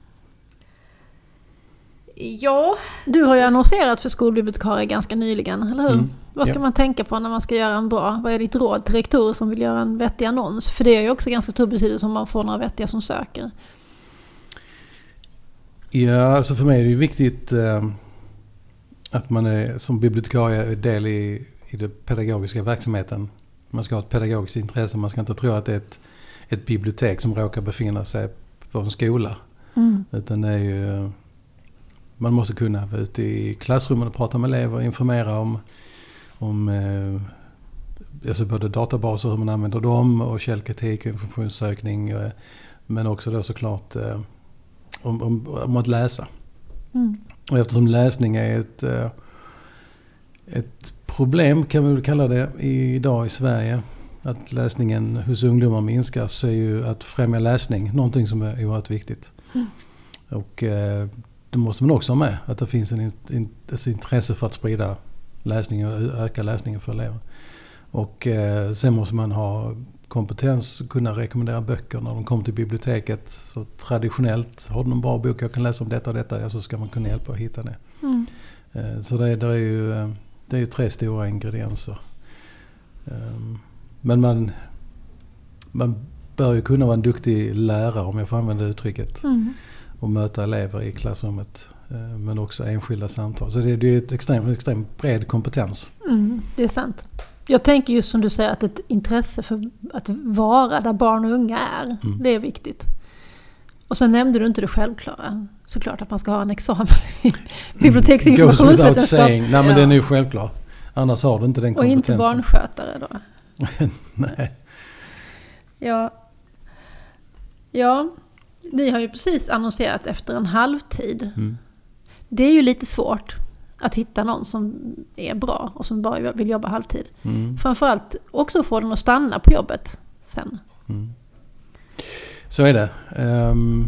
B: Ja.
A: Du har ju annonserat för skolbibliotekarie ganska nyligen, eller hur? Mm. Vad ska ja. man tänka på när man ska göra en bra? Vad är ditt råd till rektorer som vill göra en vettig annons? För det är ju också ganska stor betydelse om man får några vettiga som söker.
C: Ja, alltså för mig är det ju viktigt eh, att man är, som bibliotekarie är del i, i den pedagogiska verksamheten. Man ska ha ett pedagogiskt intresse. Man ska inte tro att det är ett, ett bibliotek som råkar befinna sig på en skola. Mm. Utan det är ju... Man måste kunna vara ute i klassrummen och prata med elever och informera om, om eh, alltså både databaser, hur man använder dem, och källkritik och informationssökning. Eh, men också då såklart eh, om, om, om att läsa. Mm. Och eftersom läsning är ett, eh, ett problem, kan vi väl kalla det, idag i Sverige, att läsningen hos ungdomar minskar, så är ju att främja läsning någonting som är oerhört viktigt. Mm. Och eh, det måste man också ha med, att det finns en, en, ett intresse för att sprida läsning och öka läsningen för elever. Och eh, sen måste man ha kompetens att kunna rekommendera böcker när de kommer till biblioteket. Så traditionellt, har du någon bra bok jag kan läsa om detta och detta, ja, så ska man kunna hjälpa att hitta det. Mm. Eh, så det, det, är ju, det är ju tre stora ingredienser. Eh, men man, man bör ju kunna vara en duktig lärare, om jag får använda uttrycket. Mm. Och möta elever i klassrummet, men också enskilda samtal. Så det, det är ett extremt, extremt bred kompetens.
A: Mm, det är sant. Jag tänker just som du säger att ett intresse för att vara där barn och unga är, mm. det är viktigt. Och sen nämnde du inte det självklara. Såklart att man ska ha en examen i biblioteksinformationsvetenskap.
C: Nej, men ja. Det är nu självklart. Annars har du inte den kompetensen.
A: Och inte barnskötare då.
C: Nej.
A: Ja. Ja. Ni har ju precis annonserat efter en halvtid. Mm. Det är ju lite svårt att hitta någon som är bra och som bara vill jobba halvtid. Mm. Framförallt också få den att stanna på jobbet sen. Mm.
C: Så är det. Um,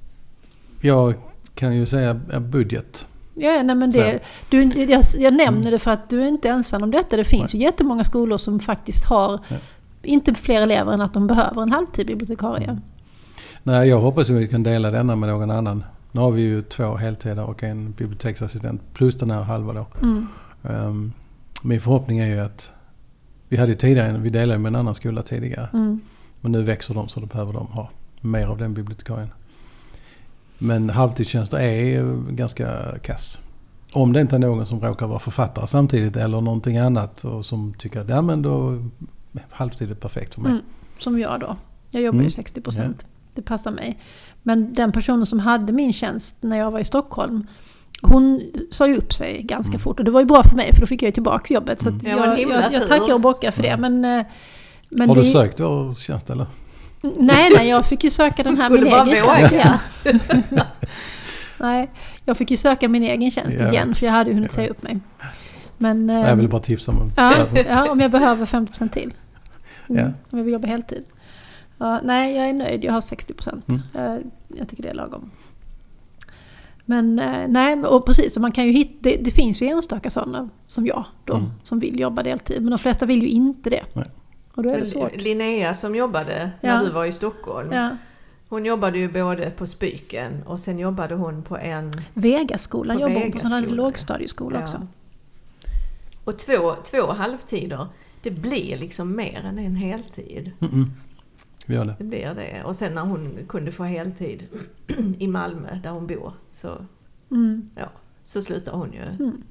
C: jag kan ju säga budget.
A: Ja, nej, men det, du, jag, jag nämner mm. det för att du är inte ensam om detta. Det finns nej. ju jättemånga skolor som faktiskt har ja. inte fler elever än att de behöver en halvtid bibliotekarie. Mm.
C: Nej, jag hoppas att vi kan dela denna med någon annan. Nu har vi ju två heltider och en biblioteksassistent plus den här halva då.
A: Mm.
C: Um, min förhoppning är ju att vi hade ju tidigare, vi delade med en annan skola tidigare.
A: Mm.
C: Men nu växer de så då behöver de ha mer av den bibliotekarien. Men halvtidstjänster är ganska kass. Om det inte är någon som råkar vara författare samtidigt eller någonting annat och som tycker att ja, men då halvtid är perfekt för mig.
A: Mm. Som jag då. Jag jobbar ju
C: Mm.
A: sextio procent. Ja. Det passar mig. Men den personen som hade min tjänst när jag var i Stockholm, hon sa ju upp sig ganska mm. fort. Och det var ju bra för mig för då fick jag ju tillbaka jobbet. Så att
B: mm.
A: jag, jag, jag tackar och bockar för det. Men, men
C: har
A: det...
C: du sökt vår tjänst eller?
A: Nej, nej, jag fick ju söka den här min egen tjänst. Ja. Nej, jag fick ju söka min egen tjänst ja. igen för jag hade ju hunnit säga upp mig. Men,
C: jag vill bara tipsa om
A: ja, ja, om jag behöver femtio procent till. Mm,
C: ja.
A: Om jag vill jobba heltid. Ja, nej, jag är nöjd. Jag har sextio procent. Mm. Jag, jag tycker det är lagom. Men nej, och precis. Och man kan ju hitta, det, det finns ju enstaka sådana som jag då, mm. som vill jobba deltid. Men de flesta vill ju inte det.
C: Nej.
A: Och då är det svårt.
B: Linnea som jobbade när ja. du var i Stockholm.
A: Ja.
B: Hon jobbade ju både på Spyken och sen jobbade hon på en...
A: Vegaskolan
B: på
A: jobbade hon
B: Vegaskolan.
A: på sån här lågstadieskola ja. också.
B: Och två, två halvtider, det blir liksom mer än en heltid.
C: Mm-mm. Vi gör det.
B: Det blir det. Och sen när hon kunde få heltid i Malmö där hon bor så,
A: mm.
B: ja, så slutar hon ju.
A: Mm.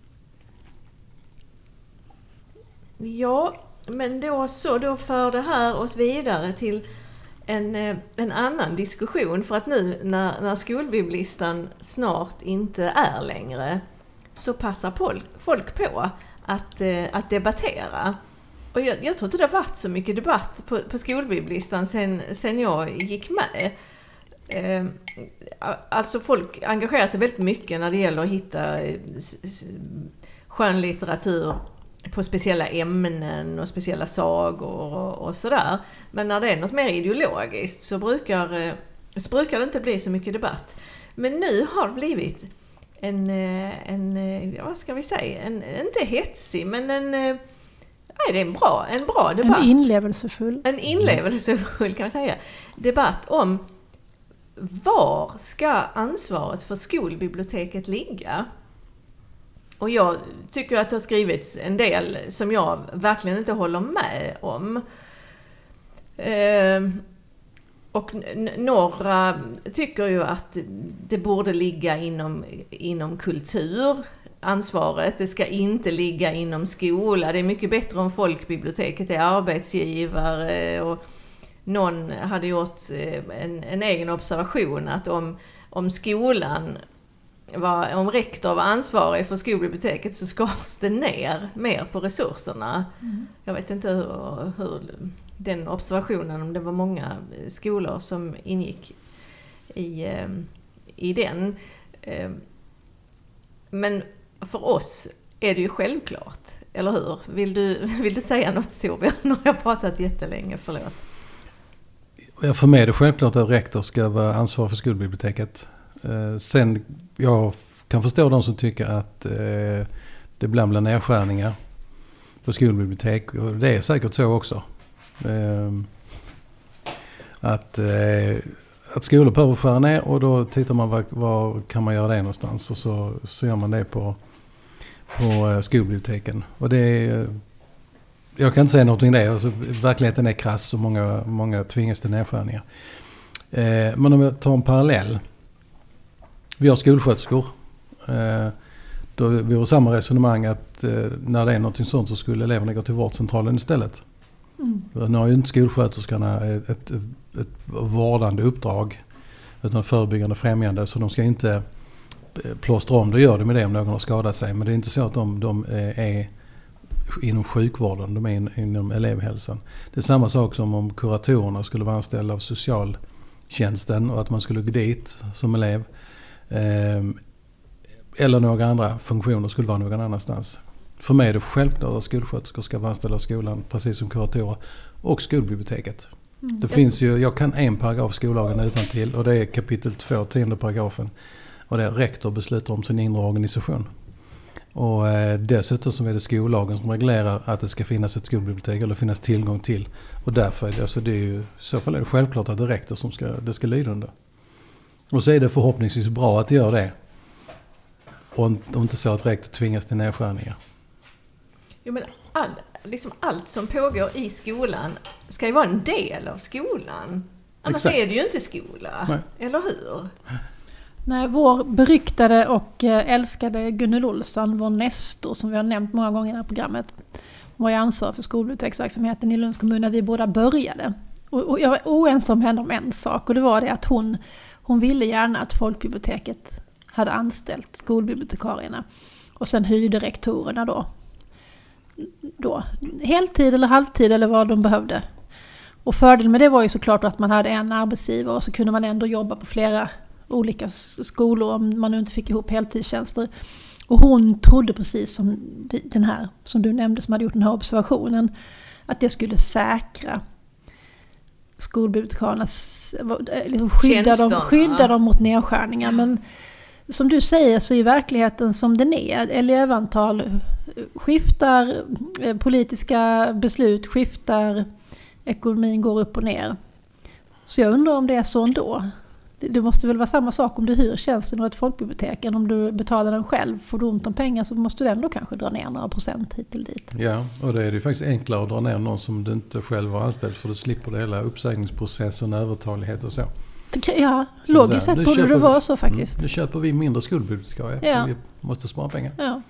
B: Ja, men då så, då för det här oss vidare till en, en annan diskussion. För att nu när, när skolbiblistan snart inte är längre så passar folk, folk på att, att debattera. Och jag, jag tror inte det har varit så mycket debatt på, på skolbiblistan sen, sen jag gick med. Eh, alltså folk engagerar sig väldigt mycket när det gäller att hitta skönlitteratur på speciella ämnen och speciella sagor och, och sådär. Men när det är något mer ideologiskt så brukar, så brukar det inte bli så mycket debatt. Men nu har det blivit en, en vad ska vi säga, en, inte hetsig men en, nej, det är en bra, en bra debatt.
A: En inlevelsefull.
B: En inlevelsefull kan man säga. Debatt om var ska ansvaret för skolbiblioteket ligga? Och jag tycker att det har skrivits en del som jag verkligen inte håller med om. Eh, och n- några tycker ju att det borde ligga inom, inom kultur. Ansvaret, det ska inte ligga inom skola. Det är mycket bättre om folkbiblioteket är arbetsgivare. Och någon hade gjort en, en egen observation att om, om skolan var, om rektor var ansvarig för skolbiblioteket så skars det ner mer på resurserna. Mm. Jag vet inte hur, hur den observationen, om det var många skolor som ingick i, i den. Men för oss är det ju självklart, eller hur? Vill du, vill du säga något, Torbjörn? Nu har jag pratat jättelänge, förlåt.
C: Ja, för mig är det självklart att rektor ska vara ansvarig för skolbiblioteket. Eh, sen, jag kan förstå de som tycker att eh, det ibland blir nedskärningar på skolbibliotek. Och det är säkert så också. Eh, att, eh, att skolor behöver skära ner och då tittar man var, var kan man göra det någonstans. Och så, så gör man det på, på skolbiblioteken. Och det är... Jag kan inte säga någonting där. Alltså, verkligheten är krass och många, många tvingas till nedskärningar. Eh, men om jag tar en parallell. Vi har skolsköterskor. Eh, då vi har samma resonemang att eh, när det är något sånt så skulle eleverna gå till vårdcentralen istället. Mm. Nu har ju inte skolsköterskorna ett, ett, ett vårdande uppdrag utan förebyggande främjande. Så de ska inte plåstra om. Det gör de med det om någon har skadat sig. Men det är inte så att de, de är inom sjukvården, de är in, inom elevhälsan. Det är samma sak som om kuratorerna skulle vara anställda av socialtjänsten och att man skulle gå dit som elev. Eh, eller några andra funktioner skulle vara någon annanstans. För mig är det självklart att skolsköterskor ska vara anställda av skolan precis som kuratorer och skolbiblioteket. Mm. Det finns ju, jag kan en paragraf skollagen utan till och det är kapitel två, tionde paragrafen. Och det är rektor beslutar om sin inre organisation. Och eh, dessutom så är det skollagen som reglerar att det ska finnas ett skolbibliotek eller finnas tillgång till. Och därför är det, alltså det är ju, i så fall är det självklart att det är rektor som ska, det ska lyda under. Och så är det förhoppningsvis bra att göra det. Och inte så att rektor tvingas till nedskärningar.
B: Jo, men all, liksom allt som pågår i skolan ska ju vara en del av skolan. Annars Exakt. Är det ju inte skola. Nej. Eller hur?
A: Nej, vår beryktade och älskade Gunnel Olsson, vår nestor som vi har nämnt många gånger i det här programmet, var i ansvar för skolbiblioteksverksamheten i Lunds kommun när vi båda började. Och, och jag var oense om henne om en sak, och det var det att hon, hon ville gärna att folkbiblioteket hade anställt skolbibliotekarierna och sen hyrde rektorerna då. då heltid eller halvtid eller vad de behövde. Och fördelen med det var ju såklart att man hade en arbetsgivare och så kunde man ändå jobba på flera olika skolor om man nu inte fick ihop heltidstjänster. Och hon trodde precis som den här som du nämnde som hade gjort den här observationen att det skulle säkra skolbibliotekariernas, skydda dem, skydda dem mot nedskärningar. Ja. Men som du säger så är verkligheten som den är. Elevantal skiftar, politiska beslut skiftar, ekonomin går upp och ner. Så jag undrar om det är så ändå. Det måste väl vara samma sak om du hyr tjänsten och ett folkbibliotek än om du betalar den själv. Får du ont om pengar så måste du ändå kanske dra ner några procent hit till dit.
C: Ja, och det är ju faktiskt enklare att dra ner någon som du inte själv har anställt för du slipper det hela uppsägningsprocessen, övertalighet och så.
A: Ja, så logiskt sett borde det vara så faktiskt.
C: Mm, nu köper vi mindre skolbibliotekarier
A: ja.
C: för vi måste spara pengar.
A: Ja,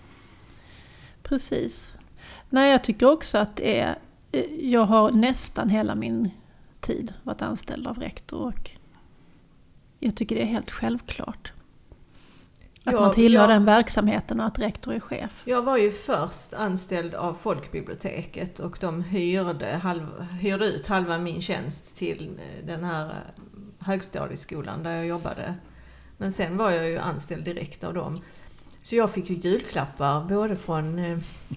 A: precis. Nej, jag tycker också att det är, jag har nästan hela min tid varit anställd av rektor och jag tycker det är helt självklart att jag, man tillhör jag, den verksamheten och att rektor är chef.
B: Jag var ju först anställd av folkbiblioteket och de hyrde, halv, hyrde ut halva min tjänst till den här högstadieskolan där jag jobbade. Men sen var jag ju anställd direkt av dem. Så jag fick ju julklappar både från eh,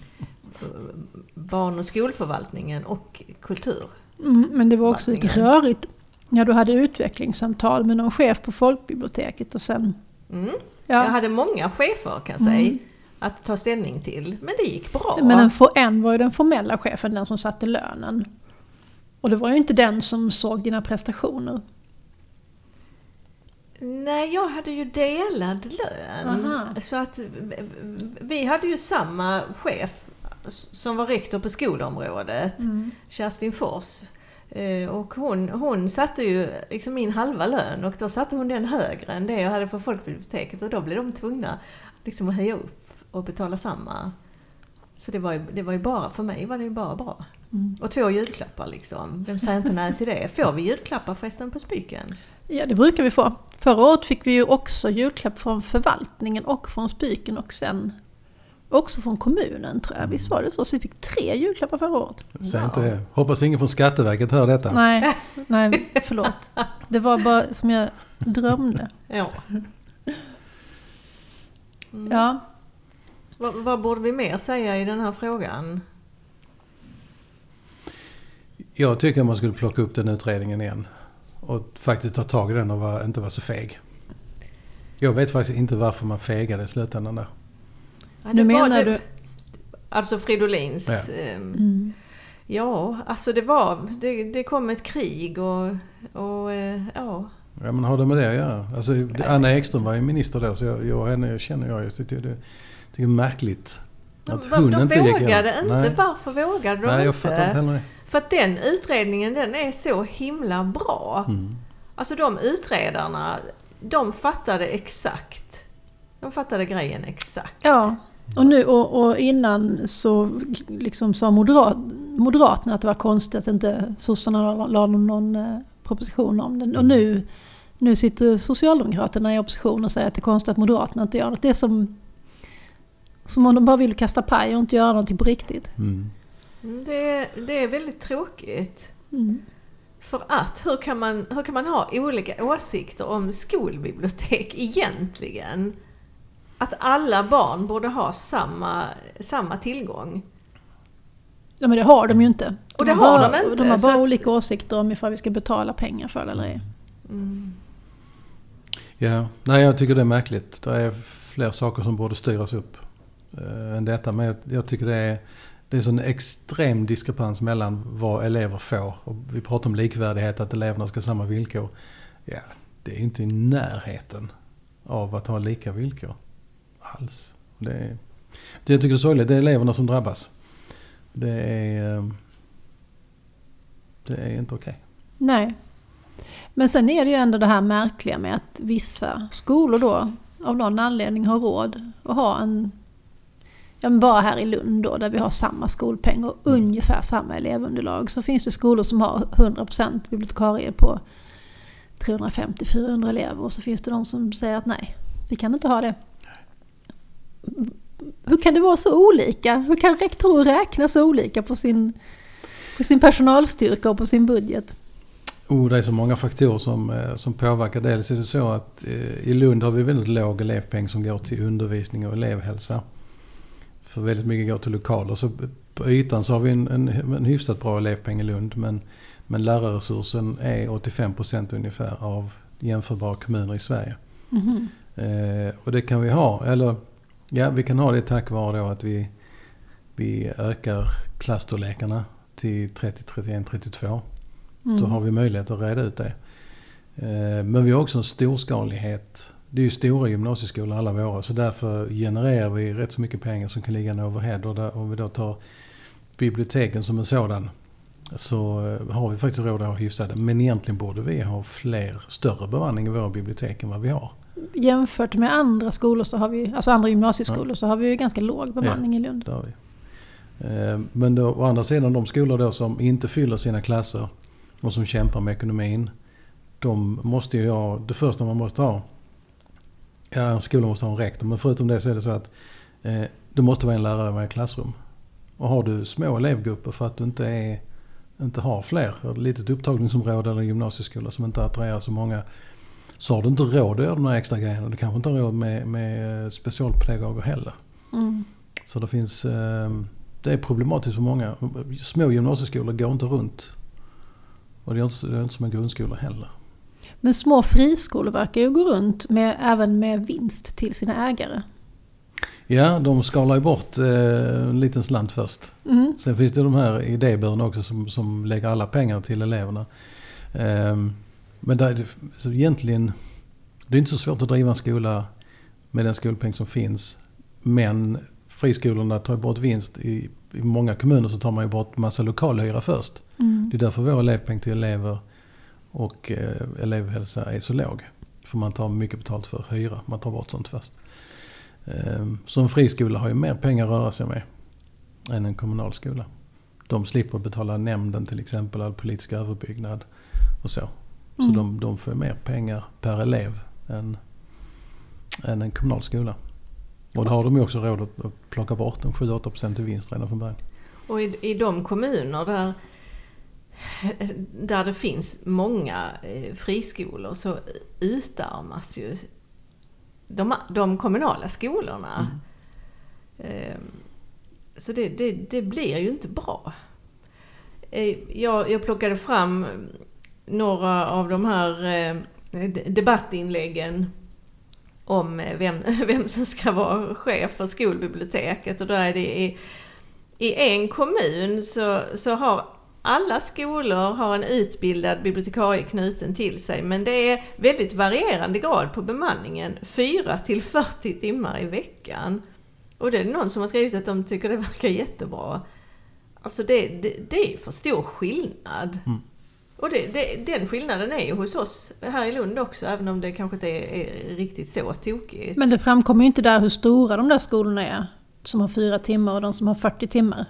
B: barn- och skolförvaltningen och kultur.
A: Mm, men det var också lite rörigt. Ja, du hade utvecklingssamtal med någon chef på folkbiblioteket och sen...
B: Mm. Ja. Jag hade många chefer kan jag säga mm. att ta ställning till. Men det gick bra.
A: Men en, for, en var ju den formella chefen, den som satte lönen. Och det var ju inte den som såg dina prestationer.
B: Nej, jag hade ju delad lön. Aha. Så att vi hade ju samma chef som var rektor på skolområdet. Mm. Kerstin Fors. Och hon, hon satte ju liksom min halva lön och då satte hon den högre än det jag hade på folkbiblioteket och då blev de tvungna liksom att höja upp och betala samma. Så det var ju, det var ju bara, för mig var det ju bara bra. Mm. Och två julklappar liksom. Vem säger inte nej till det? Får vi julklappar förresten på Spyken?
A: Ja, det brukar vi få. Förra året fick vi ju också julklapp från förvaltningen och från Spyken och sen också från kommunen tror jag. Visst var det så? Så vi fick tre julklappar förra året.
C: Säg wow. inte, hoppas ingen från Skatteverket hör detta.
A: Nej, nej, förlåt. Det var bara som jag drömde.
B: Ja.
A: Mm. Ja.
B: Vad, vad borde vi mer säga i den här frågan?
C: Jag tycker man skulle plocka upp den utredningen igen. Och faktiskt ta tag i den och var, inte vara så feg. Jag vet faktiskt inte varför man fegade i slutändan där.
B: Ja, nu menar det, du? Alltså Fridolins. Ja. Eh, mm. ja, alltså det var... Det, det kom ett krig och... och eh, ja.
C: Ja, men har det med det att göra? Alltså, Anna Ekström var ju minister då, så jag, jag henne känner jag just. Det, det, det är märkligt att
B: de,
C: hon
B: de
C: inte gick
B: vågade inte. Nej. Varför vågade de
C: Nej, jag
B: inte?
C: fattar inte heller det.
B: För att den utredningen, den är så himla bra. Mm. Alltså de utredarna, de fattade exakt. De fattade grejen exakt.
A: Ja. Och, nu, och, och innan så liksom sa moderat, Moderaterna att det var konstigt att inte sossarna la någon eh, proposition om den. Och nu, nu sitter Socialdemokraterna i opposition och säger att det är konstigt att Moderaterna inte gör något. Det är som, som om de bara vill kasta paj och inte göra någonting på riktigt.
C: Mm.
B: Det, det är väldigt tråkigt. Mm. För att hur kan, man, hur kan man ha olika åsikter om skolbibliotek egentligen? Att alla barn borde ha samma, samma tillgång.
A: Ja, men det har de ju inte. De
B: och det har,
A: bara,
B: de inte.
A: De har bara
B: att...
A: olika åsikter om ifall vi ska betala pengar för det eller ej.
B: Mm.
C: Ja, nej jag tycker det är märkligt. Det är fler saker som borde styras upp äh, än detta. Men jag, jag tycker det är, det är så en extrem diskrepans mellan vad elever får. Och vi pratar om likvärdighet, att eleverna ska ha samma villkor. Ja, det är inte i närheten av att ha lika villkor alls. Det, är, det jag tycker är sorgligt, det är eleverna som drabbas. Det är, det är inte okej.
A: Nej. Men sen är det ju ändå det här märkliga med att vissa skolor då av någon anledning har råd att ha en, ja men bara här i Lund då, där vi har samma skolpeng och mm. ungefär samma elevunderlag, så finns det skolor som har hundra procent bibliotekarier på trehundrafemtio till fyrahundra elever, och så finns det de som säger att nej, vi kan inte ha det. Hur kan det vara så olika? Hur kan rektorer räkna så olika på sin, på sin personalstyrka och på sin budget?
C: Oh, det är så många faktorer som, som påverkar. Dels är det så att eh, i Lund har vi väldigt låg elevpeng som går till undervisning och elevhälsa. För väldigt mycket går till lokaler. Så på ytan så har vi en, en, en hyfsat bra elevpeng i Lund. Men, men lärarresursen är åttiofem procent ungefär av jämförbara kommuner i Sverige. Mm-hmm. Eh, och det kan vi ha. Eller ja, vi kan ha det tack vare då att vi, vi ökar klassstorlekarna till trettio, trettioen, trettiotvå. Mm. Så har vi möjlighet att reda ut det. Eh, men vi har också en storskalighet. Det är ju stora gymnasieskolor alla våra. Så därför genererar vi rätt så mycket pengar som kan ligga en overhead. Och där, om vi då tar biblioteken som en sådan, så eh, har vi faktiskt råd att ha hyfsade. Men egentligen borde vi ha fler, större bemanning i våra bibliotek än vad vi har.
A: Jämfört med andra skolor, så har vi, alltså andra gymnasieskolor, ja. Så har vi ju ganska låg bemanning ja, i Lund.
C: Det har vi. Eh, men då, å andra sidan, de skolor då som inte fyller sina klasser och som kämpar med ekonomin, de måste ju ha, det första man måste ha, ja, skolan måste ha en rektor, men förutom det så är det så att eh, det måste vara en lärare med ett klassrum. Och har du små elevgrupper för att du inte, är, inte har fler, ett litet upptagningsområde eller gymnasieskola som inte attraherar så många, så har du inte råd att göra de här extra grejerna. Du kanske inte har råd med, med specialpedagoger heller. Mm. Så det finns, eh, det är problematiskt för många. Små gymnasieskolor går inte runt. Och det är inte, det är inte som en grundskola heller.
A: Men små friskolor verkar ju gå runt med, även med vinst till sina ägare.
C: Ja, de skalar ju bort eh, en liten slant först. Mm. Sen finns det de här idéburna också som, som lägger alla pengar till eleverna. Eh, men där är det, så egentligen, det är inte så svårt att driva en skola med den skolpeng som finns. Men friskolorna tar bort vinst. I, i många kommuner så tar man ju bort massa lokalhyra först. Mm. Det är därför vår elevpeng till elever och eh, elevhälsa är så låg. För man tar mycket betalt för hyra. Man tar bort sånt först. Eh, så en friskola har ju mer pengar att röra sig med än en kommunal skola. De slipper betala nämnden till exempel, all politisk överbyggnad och så. Så mm. de, de får mer pengar per elev än, än en kommunal skola. Och då har de ju också råd att, att plocka bort en sju till åtta procent i vinst redan från början.
B: Och i, i de kommuner där, där det finns många eh, friskolor så utarmas ju de, de kommunala skolorna. Mm. Eh, så det, det, det blir ju inte bra. Eh, jag, jag plockade fram några av de här eh, debattinläggen om vem, vem som ska vara chef för skolbiblioteket. Och då är det i, i en kommun så, så har alla skolor har en utbildad bibliotekarie knuten till sig. Men det är väldigt varierande grad på bemanningen. fyra till fyrtio timmar i veckan. Och det är någon som har skrivit att de tycker det verkar jättebra. Alltså det, det, det är för stor skillnad. Mm. Och det, det, den skillnaden är ju hos oss här i Lund också, även om det kanske inte är, är riktigt så tokigt.
A: Men det framkommer ju inte där hur stora de där skolorna är, som har fyra timmar och de som har fyrtio timmar.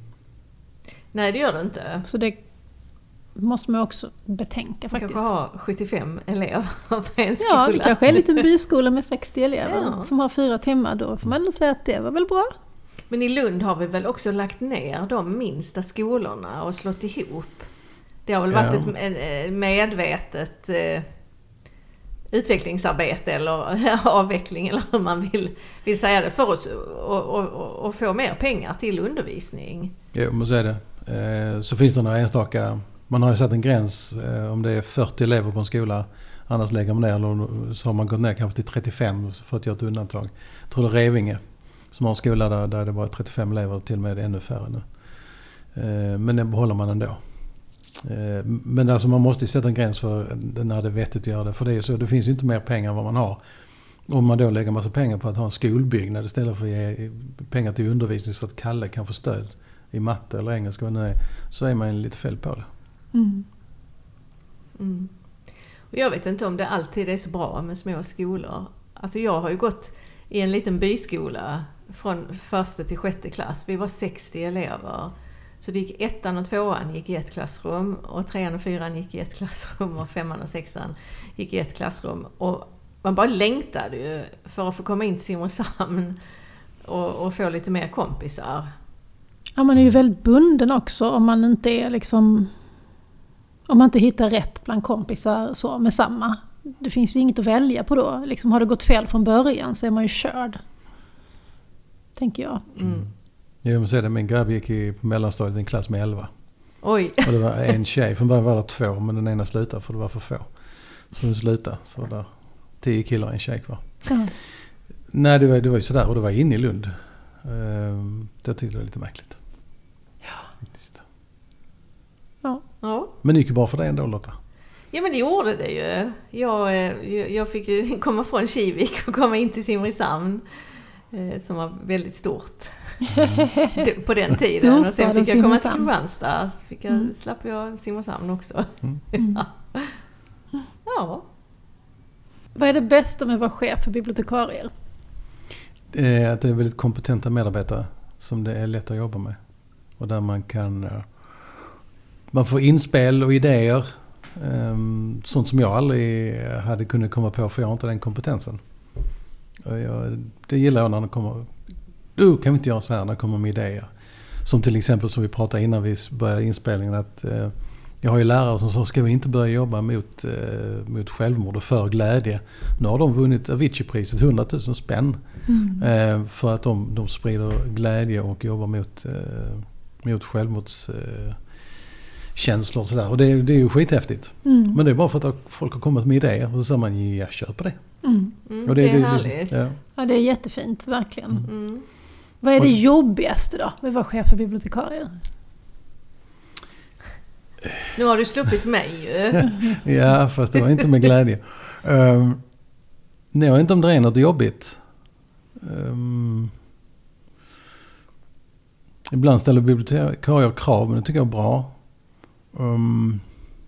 B: Nej, det gör det inte.
A: Så det måste man också betänka faktiskt.
B: Kanske ha sjuttiofem elever på en skola.
A: Ja, det kanske är en liten byskola med sextio elever ja. Som har fyra timmar. Då får man säga att det var väl bra.
B: Men i Lund har vi väl också lagt ner de minsta skolorna och slått ihop. Det har väl varit ja. ett medvetet eh, utvecklingsarbete eller avveckling eller hur man vill, vill säga det, för oss att få mer pengar till undervisning.
C: Jo, men så är det. Eh, så finns det några enstaka, man har ju satt en gräns eh, om det är fyrtio elever på en skola, annars lägger man ner, eller så har man gått ner kanske till trettiofem för att göra ett undantag. Jag tror det är Revinge som har en skola där, där det bara är trettiofem elever, till och med ännu färre nu. Eh, men den behåller man ändå. Men alltså man måste ju sätta en gräns för när det är vettigt att göra det. För det är så, det finns ju inte mer pengar än vad man har. Om man då lägger massa pengar på att ha en skolbyggnad istället för att ge pengar till undervisning så att Kalle kan få stöd i matte eller engelska, vad det nu är, så är man lite fel på det.
B: Mm. Mm. Och jag vet inte om det alltid är så bra med små skolor. Alltså jag har ju gått i en liten byskola från första till sjätte klass. Vi var sextio elever. Så det gick ettan och tvåan gick i ett klassrum och trean och fyran gick i ett klassrum och femman och sexan gick i ett klassrum. Och man bara längtade ju för att få komma in till Simrishamn och, och få lite mer kompisar.
A: Ja, man är ju väldigt bunden också om man inte är liksom, om man inte hittar rätt bland kompisar så med samma. Det finns ju inget att välja på då. Liksom, har det gått fel från början så är man ju körd. Tänker jag.
B: Mm.
C: Jo, men så är det, min grabb gick i på mellanstadiet i en klass med elva.
B: Oj.
C: Och det var en tjej, från början var det två, men den ena slutade för det var för få. Så hon slutade, så var det tio killar och en tjej kvar.
A: Mm.
C: Nej, det var, det var ju sådär, och det var inne i Lund. Uh, det tyckte jag var lite märkligt.
A: Ja.
B: Ja. Ja.
C: Men det gick ju bra för dig ändå, Lotta.
B: Ja, men det gjorde det ju. Jag, jag fick ju komma från Kivik och komma in till Simrishamn. Som var väldigt stort mm. på den tiden. Och sen fick jag komma till Kristianstad. Så fick jag, mm. slapp jag Simrishamn också. Mm. Ja. Ja.
A: Vad är det bästa med att vara chef för bibliotekarier?
C: Det är att det är väldigt kompetenta medarbetare som det är lätt att jobba med. Och där man kan... Man får inspel och idéer. Sånt som jag aldrig hade kunnat komma på, för jag har inte den kompetensen. Och jag, det gillar jag när det kommer... Du kan vi inte göra så här när det kommer med idéer. Som till exempel som vi pratade innan vi började inspelningen, att eh, jag har ju lärare som sa, ska vi inte börja jobba mot, eh, mot självmord och för glädje. Nu har de vunnit Avicii-priset, hundratusen spänn. Mm. Eh, för att de, de sprider glädje och jobbar mot, eh, mot självmords... Eh, känslor och sådär. Och det, det är ju skithäftigt. Mm. Men det är bara för att folk har kommit med idéer och så säger man, ja, kör på det.
A: Mm.
B: Mm, och det, det är det, härligt.
A: Ja. ja, det är jättefint, verkligen. Mm. Mm. Vad är det jobbigaste då med att vara chef för bibliotekarier?
B: Nu har du sluppit mig ju.
C: Ja, fast det var inte med glädje. Um, nej, jag vet inte om det är något jobbigt. Um, ibland ställer bibliotekarier krav, men det tycker jag är bra. Um,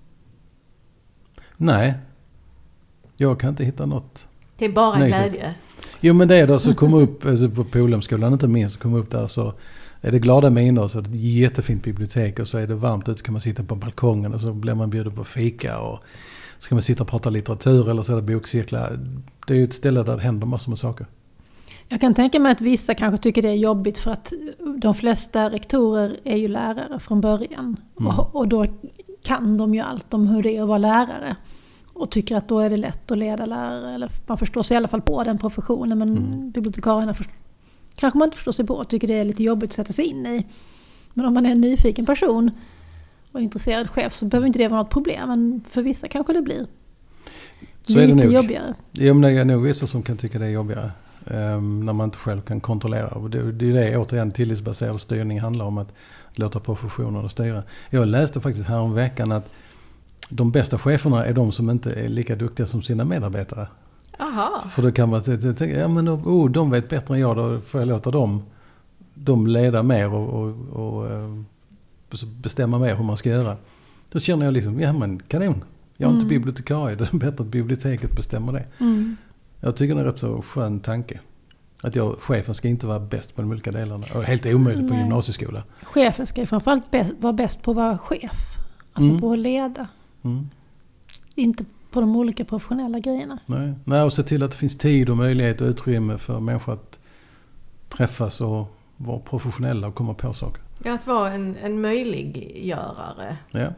C: nej, jag kan inte hitta något.
B: Det är bara
C: negativt.
B: Glädje.
C: Jo, men det är då så kommer upp alltså på Polhemskolan, inte minst, så kommer upp där så är det glada miner, så är det ett jättefint bibliotek och så är det varmt ute, så kan man sitta på balkongen och så blir man bjuden på fika och så kan man sitta och prata litteratur eller så är det bokcirklar. Det är ju ett ställe där det händer massor med saker.
A: Jag kan tänka mig att vissa kanske tycker det är jobbigt för att de flesta rektorer är ju lärare från början. Mm. Och, och då kan de ju allt om hur det är att vara lärare. Och tycker att då är det lätt att leda lärare. Eller man förstår sig i alla fall på den professionen. Men mm. bibliotekarierna förstår, kanske man inte förstår sig på och tycker det är lite jobbigt att sätta sig in i. Men om man är en nyfiken person och en intresserad chef så behöver inte det vara något problem. Men för vissa kanske det blir
C: så
A: lite
C: är det nog.
A: jobbigare.
C: Ja, men det är nog vissa som kan tycka det är jobbigare. Um, när man inte själv kan kontrollera. Och det, det är det återigen tillitsbaserad styrning handlar om, att låta professionerna styra. Jag läste faktiskt här om veckan att de bästa cheferna är de som inte är lika duktiga som sina medarbetare.
B: Aha.
C: För då kan man tänka, ja men oh, de vet bättre än jag, då får jag låta dem de leda mer och, och, och, och bestämma mer hur man ska göra. Då känner jag liksom, ja men kanon. Jag är mm. inte bibliotekarie, det är bättre att biblioteket bestämmer det. Mm. Jag tycker det är en rätt så skön tanke. Att jag, chefen ska inte vara bäst på de olika delarna. Och helt omöjligt på
A: Nej.
C: gymnasieskola.
A: Chefen ska ju framförallt bäst, vara bäst på att vara chef. Alltså mm. på att leda. Mm. Inte på de olika professionella grejerna.
C: Nej. Nej, och se till att det finns tid och möjlighet och utrymme för människor att träffas och vara professionella och komma på saker.
B: Ja, att vara en, en möjliggörare.
C: Ja.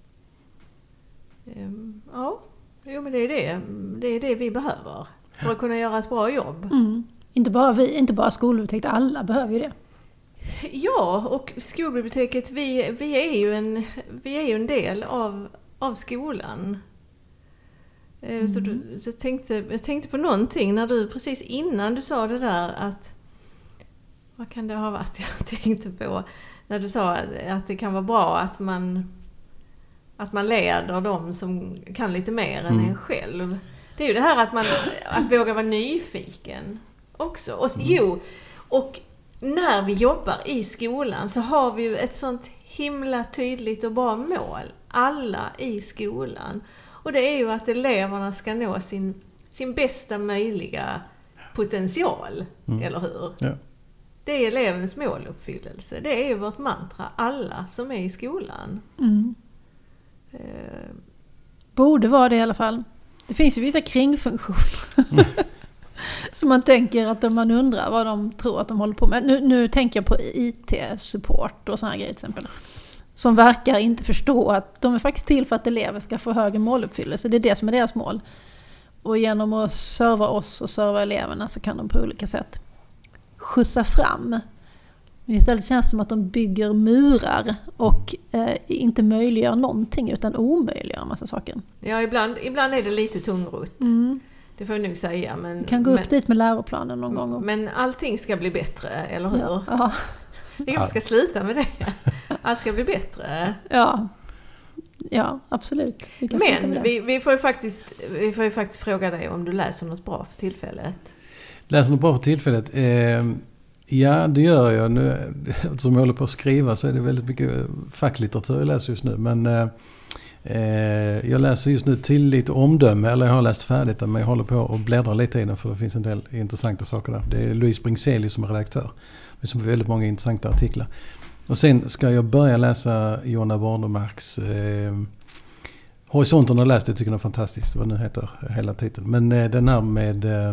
B: Um, ja, jo, men det är det. Det är det vi behöver. För att kunna göra ett bra jobb.
A: Mm. Inte bara vi, inte bara skolbiblioteket, alla behöver ju det.
B: Ja, och skolbiblioteket, vi, vi, är, ju en, vi är ju en del av, av skolan. Mm. Så, du, så jag, tänkte, jag tänkte på någonting när du, precis innan du sa det där att, vad kan det ha varit jag tänkte på? När du sa att, att det kan vara bra att man, att man leder de som kan lite mer än mm. en själv. Det är ju det här att man att våga vara nyfiken också. Och, mm. Jo, och när vi jobbar i skolan så har vi ju ett sånt himla tydligt och bra mål. Alla i skolan. Och det är ju att eleverna ska nå sin, sin bästa möjliga potential. Mm. Eller hur?
C: Ja.
B: Det är elevens måluppfyllelse. Det är ju vårt mantra. Alla som är i skolan.
A: Mm. Eh. Borde vara det i alla fall. Det finns ju vissa kringfunktioner. Mm. Så man tänker att man undrar vad de tror att de håller på med. Nu, nu tänker jag på I T-support och sådana grejer till exempel. Som verkar inte förstå att de är faktiskt till för att elever ska få högre måluppfyllelse. Det är det som är deras mål. Och genom att serva oss och serva eleverna så kan de på olika sätt skjutsa fram. Men istället känns det som att de bygger murar och eh, inte möjliggör någonting utan omöjliggör en massa saker.
B: Ja, ibland, ibland är det lite tungrot. Mm. Det får jag nog säga. Men,
A: kan gå upp
B: men,
A: dit med läroplanen någon gång.
B: Men allting ska bli bättre, eller hur?
A: Ja. Ja.
B: Jag kanske ska sluta med det. Allt ska bli bättre.
A: Ja, ja absolut.
B: Vi men vi, vi, får ju faktiskt, vi får ju faktiskt fråga dig om du läser något bra för tillfället.
C: Läser något bra för tillfället? Eh, ja, det gör jag. Nu, eftersom jag håller på att skriva så är det väldigt mycket facklitteratur jag läser just nu. Men eh, jag läser just nu Tillit och omdöme. Eller jag har läst färdigt men jag håller på att bläddra lite i den för det finns en del intressanta saker där. Det är Louise Bringselius som är redaktör. Det finns väldigt många intressanta artiklar. Och sen ska jag börja läsa Jonna Warnemarks eh, Horisonten har läst, jag tycker den är fantastisk. Vad nu heter hela titeln. Men eh, den här med... Eh,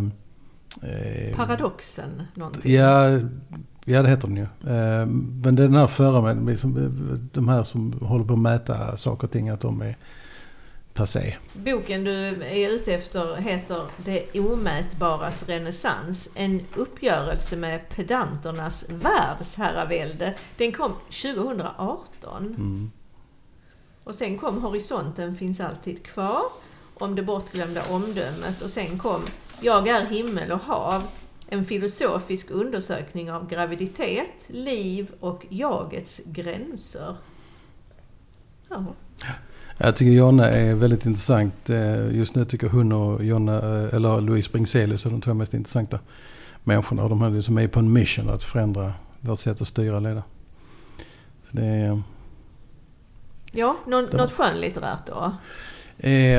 B: Paradoxen någonting.
C: Ja, ja, det heter den ju. Eh, men den här förra med liksom, de här som håller på att mäta saker och ting, att de är passé.
B: Boken du är ute efter heter Det omätbaras renässans. En uppgörelse med pedanternas världsherravälde. Den kom tjugohundraarton. Mm. Och sen kom Horisonten finns alltid kvar. Om det bortglömda omdömet. Och sen kom Jag är himmel och hav. En filosofisk undersökning av graviditet, liv och jagets gränser. Ja.
C: Jag tycker Jonna är väldigt intressant. Just nu tycker hon och Jonna, eller Louise Bringselius är de två mest intressanta människorna. Och de här som är på en mission att förändra vårt sätt att styra och leda. Så det är,
B: ja, något, något skönlitterärt då?
C: Eh,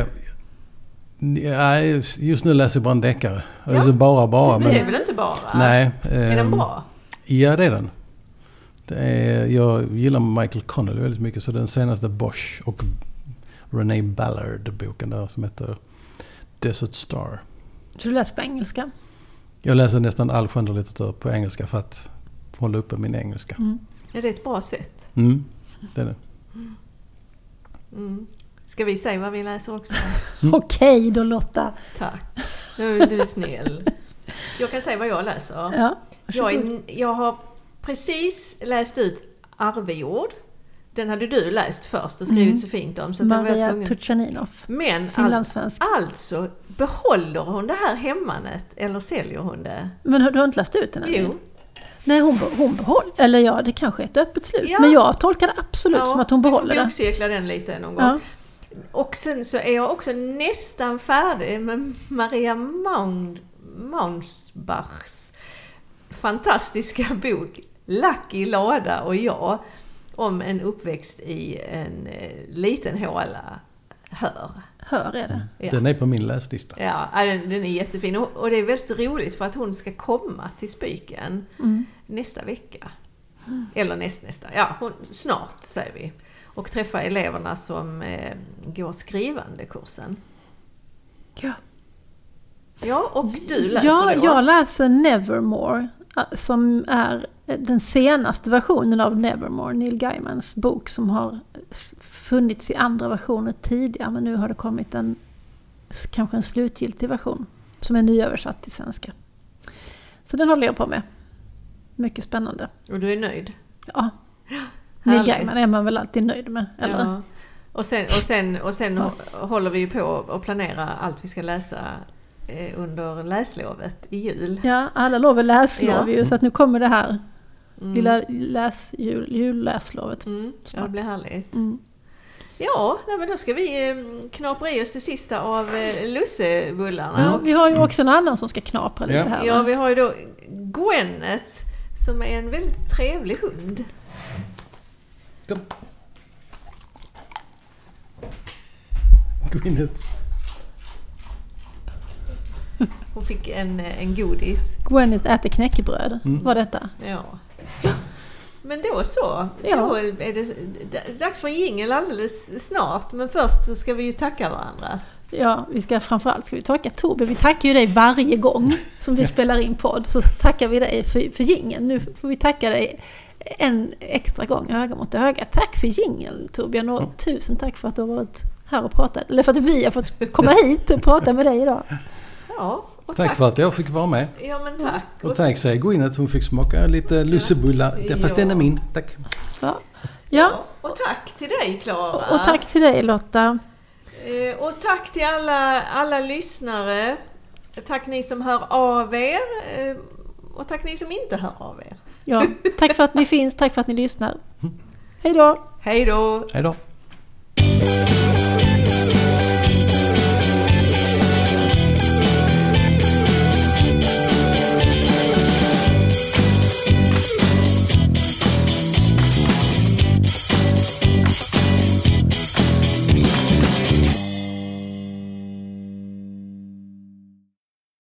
C: ja, just nu läser jag bara en deckare. Ja. Alltså bara, bara.
B: Det, men det är väl inte bara?
C: Nej.
B: Eh, är den bra?
C: Ja, det är den. Det är, jag gillar Michael Connelly väldigt mycket, så den senaste Bosch och Renee Ballard-boken där som heter Desert Star.
A: Så du läser på engelska?
C: Jag läser nästan all skönlitteratur på engelska för att hålla uppe min engelska.
B: Mm. Är det ett bra sätt?
C: Mm, det är det.
B: Mm. Ska vi säga vad vi läser också?
A: Mm. Okej då Lotta.
B: Tack. Nu är du snäll. Jag kan säga vad jag läser.
A: Ja,
B: jag, är, jag har precis läst ut Arvejord. Den hade du läst först och skrivit mm. så fint om. Så att
A: Maria
B: var
A: Turchaninov.
B: Men all, alltså, behåller hon det här hemmanet eller säljer hon det?
A: Men du har inte läst ut den?
B: Jo.
A: Eller? Nej, hon, hon behåller, eller ja, det kanske är ett öppet slut. Ja. Men jag tolkar det absolut ja, som att hon behåller det. Ja,
B: vi får bokcirkla den lite någon gång. Ja. Och sen så är jag också nästan färdig med Maria Maund, Maundsbachs fantastiska bok Lucky Lada och jag, om en uppväxt i en eh, liten håla. Hör.
A: Hör är det.
C: Ja. Den är på min läslista.
B: Ja, den, den är jättefin. Och, och det är väldigt roligt för att hon ska komma till Spyken mm. nästa vecka. Mm. Eller näst, nästa. Ja, hon, snart säger vi. Och träffa eleverna som eh, går skrivande kursen.
A: Ja.
B: Ja, och du läser
A: ja,
B: då?
A: Jag läser Nevermore, som är den senaste versionen av Nevermore, Neil Gaimans bok, som har funnits i andra versioner tidigare, men nu har det kommit en kanske en slutgiltig version som är nyöversatt till svenska. Så den håller jag på med. Mycket spännande.
B: Och du är nöjd?
A: Ja. Neil Gaiman är man väl alltid nöjd med, eller?
B: Ja. Och sen, och sen, och sen ja. håller vi ju på att planera allt vi ska läsa under läslovet i jul.
A: Ja, alla lov är läslov
B: ja.
A: ju, så att nu kommer det här mm. lilla läs, jul, julläslovet.
B: Mm. Ja, det blir härligt.
A: Mm.
B: Ja, nej, men då ska vi eh, knapra i oss det sista av eh, lussebullarna.
A: Ja, vi har ju också en annan som ska knapra lite
C: Ja.
A: här.
B: Ja, vi har ju då Gwennet som är en väldigt trevlig hund.
C: Kom. Gwyneth.
B: Hon fick en, en godis.
A: Gwyneth äter knäckebröd,
C: Mm.
A: var detta.
B: Ja. Men då så.
A: Ja.
B: Då är det d- dags för en jingle alldeles snart. Men först så ska vi ju tacka varandra.
A: Ja, vi ska framförallt ska vi tacka Torbjörn. Vi tackar ju dig varje gång som vi spelar in podd. Så tackar vi dig för, för jingeln. Nu får vi tacka dig en extra gång, öga mot öga. Tack för jingeln, Torbjörn. Och mm. tusen tack för att du har varit här och pratat. Eller för att vi har fått komma hit och prata med dig idag.
B: Ja, och
C: tack.
B: tack
C: för att jag fick vara med.
B: Ja, men tack.
C: Och tack säger Gwyneth, hon fick smaka lite lussebullar. Ja. Fast den är min. Tack.
A: Ja.
B: Ja.
A: Ja.
B: Och tack till dig, Klara.
A: Och, och tack till dig, Lotta.
B: Eh, och tack till alla, alla lyssnare. Tack ni som hör av er. Eh, och tack ni som inte hör av er.
A: Ja, tack för att ni finns. Tack för att ni lyssnar. Hej då.
B: Hej då.
C: Hej då.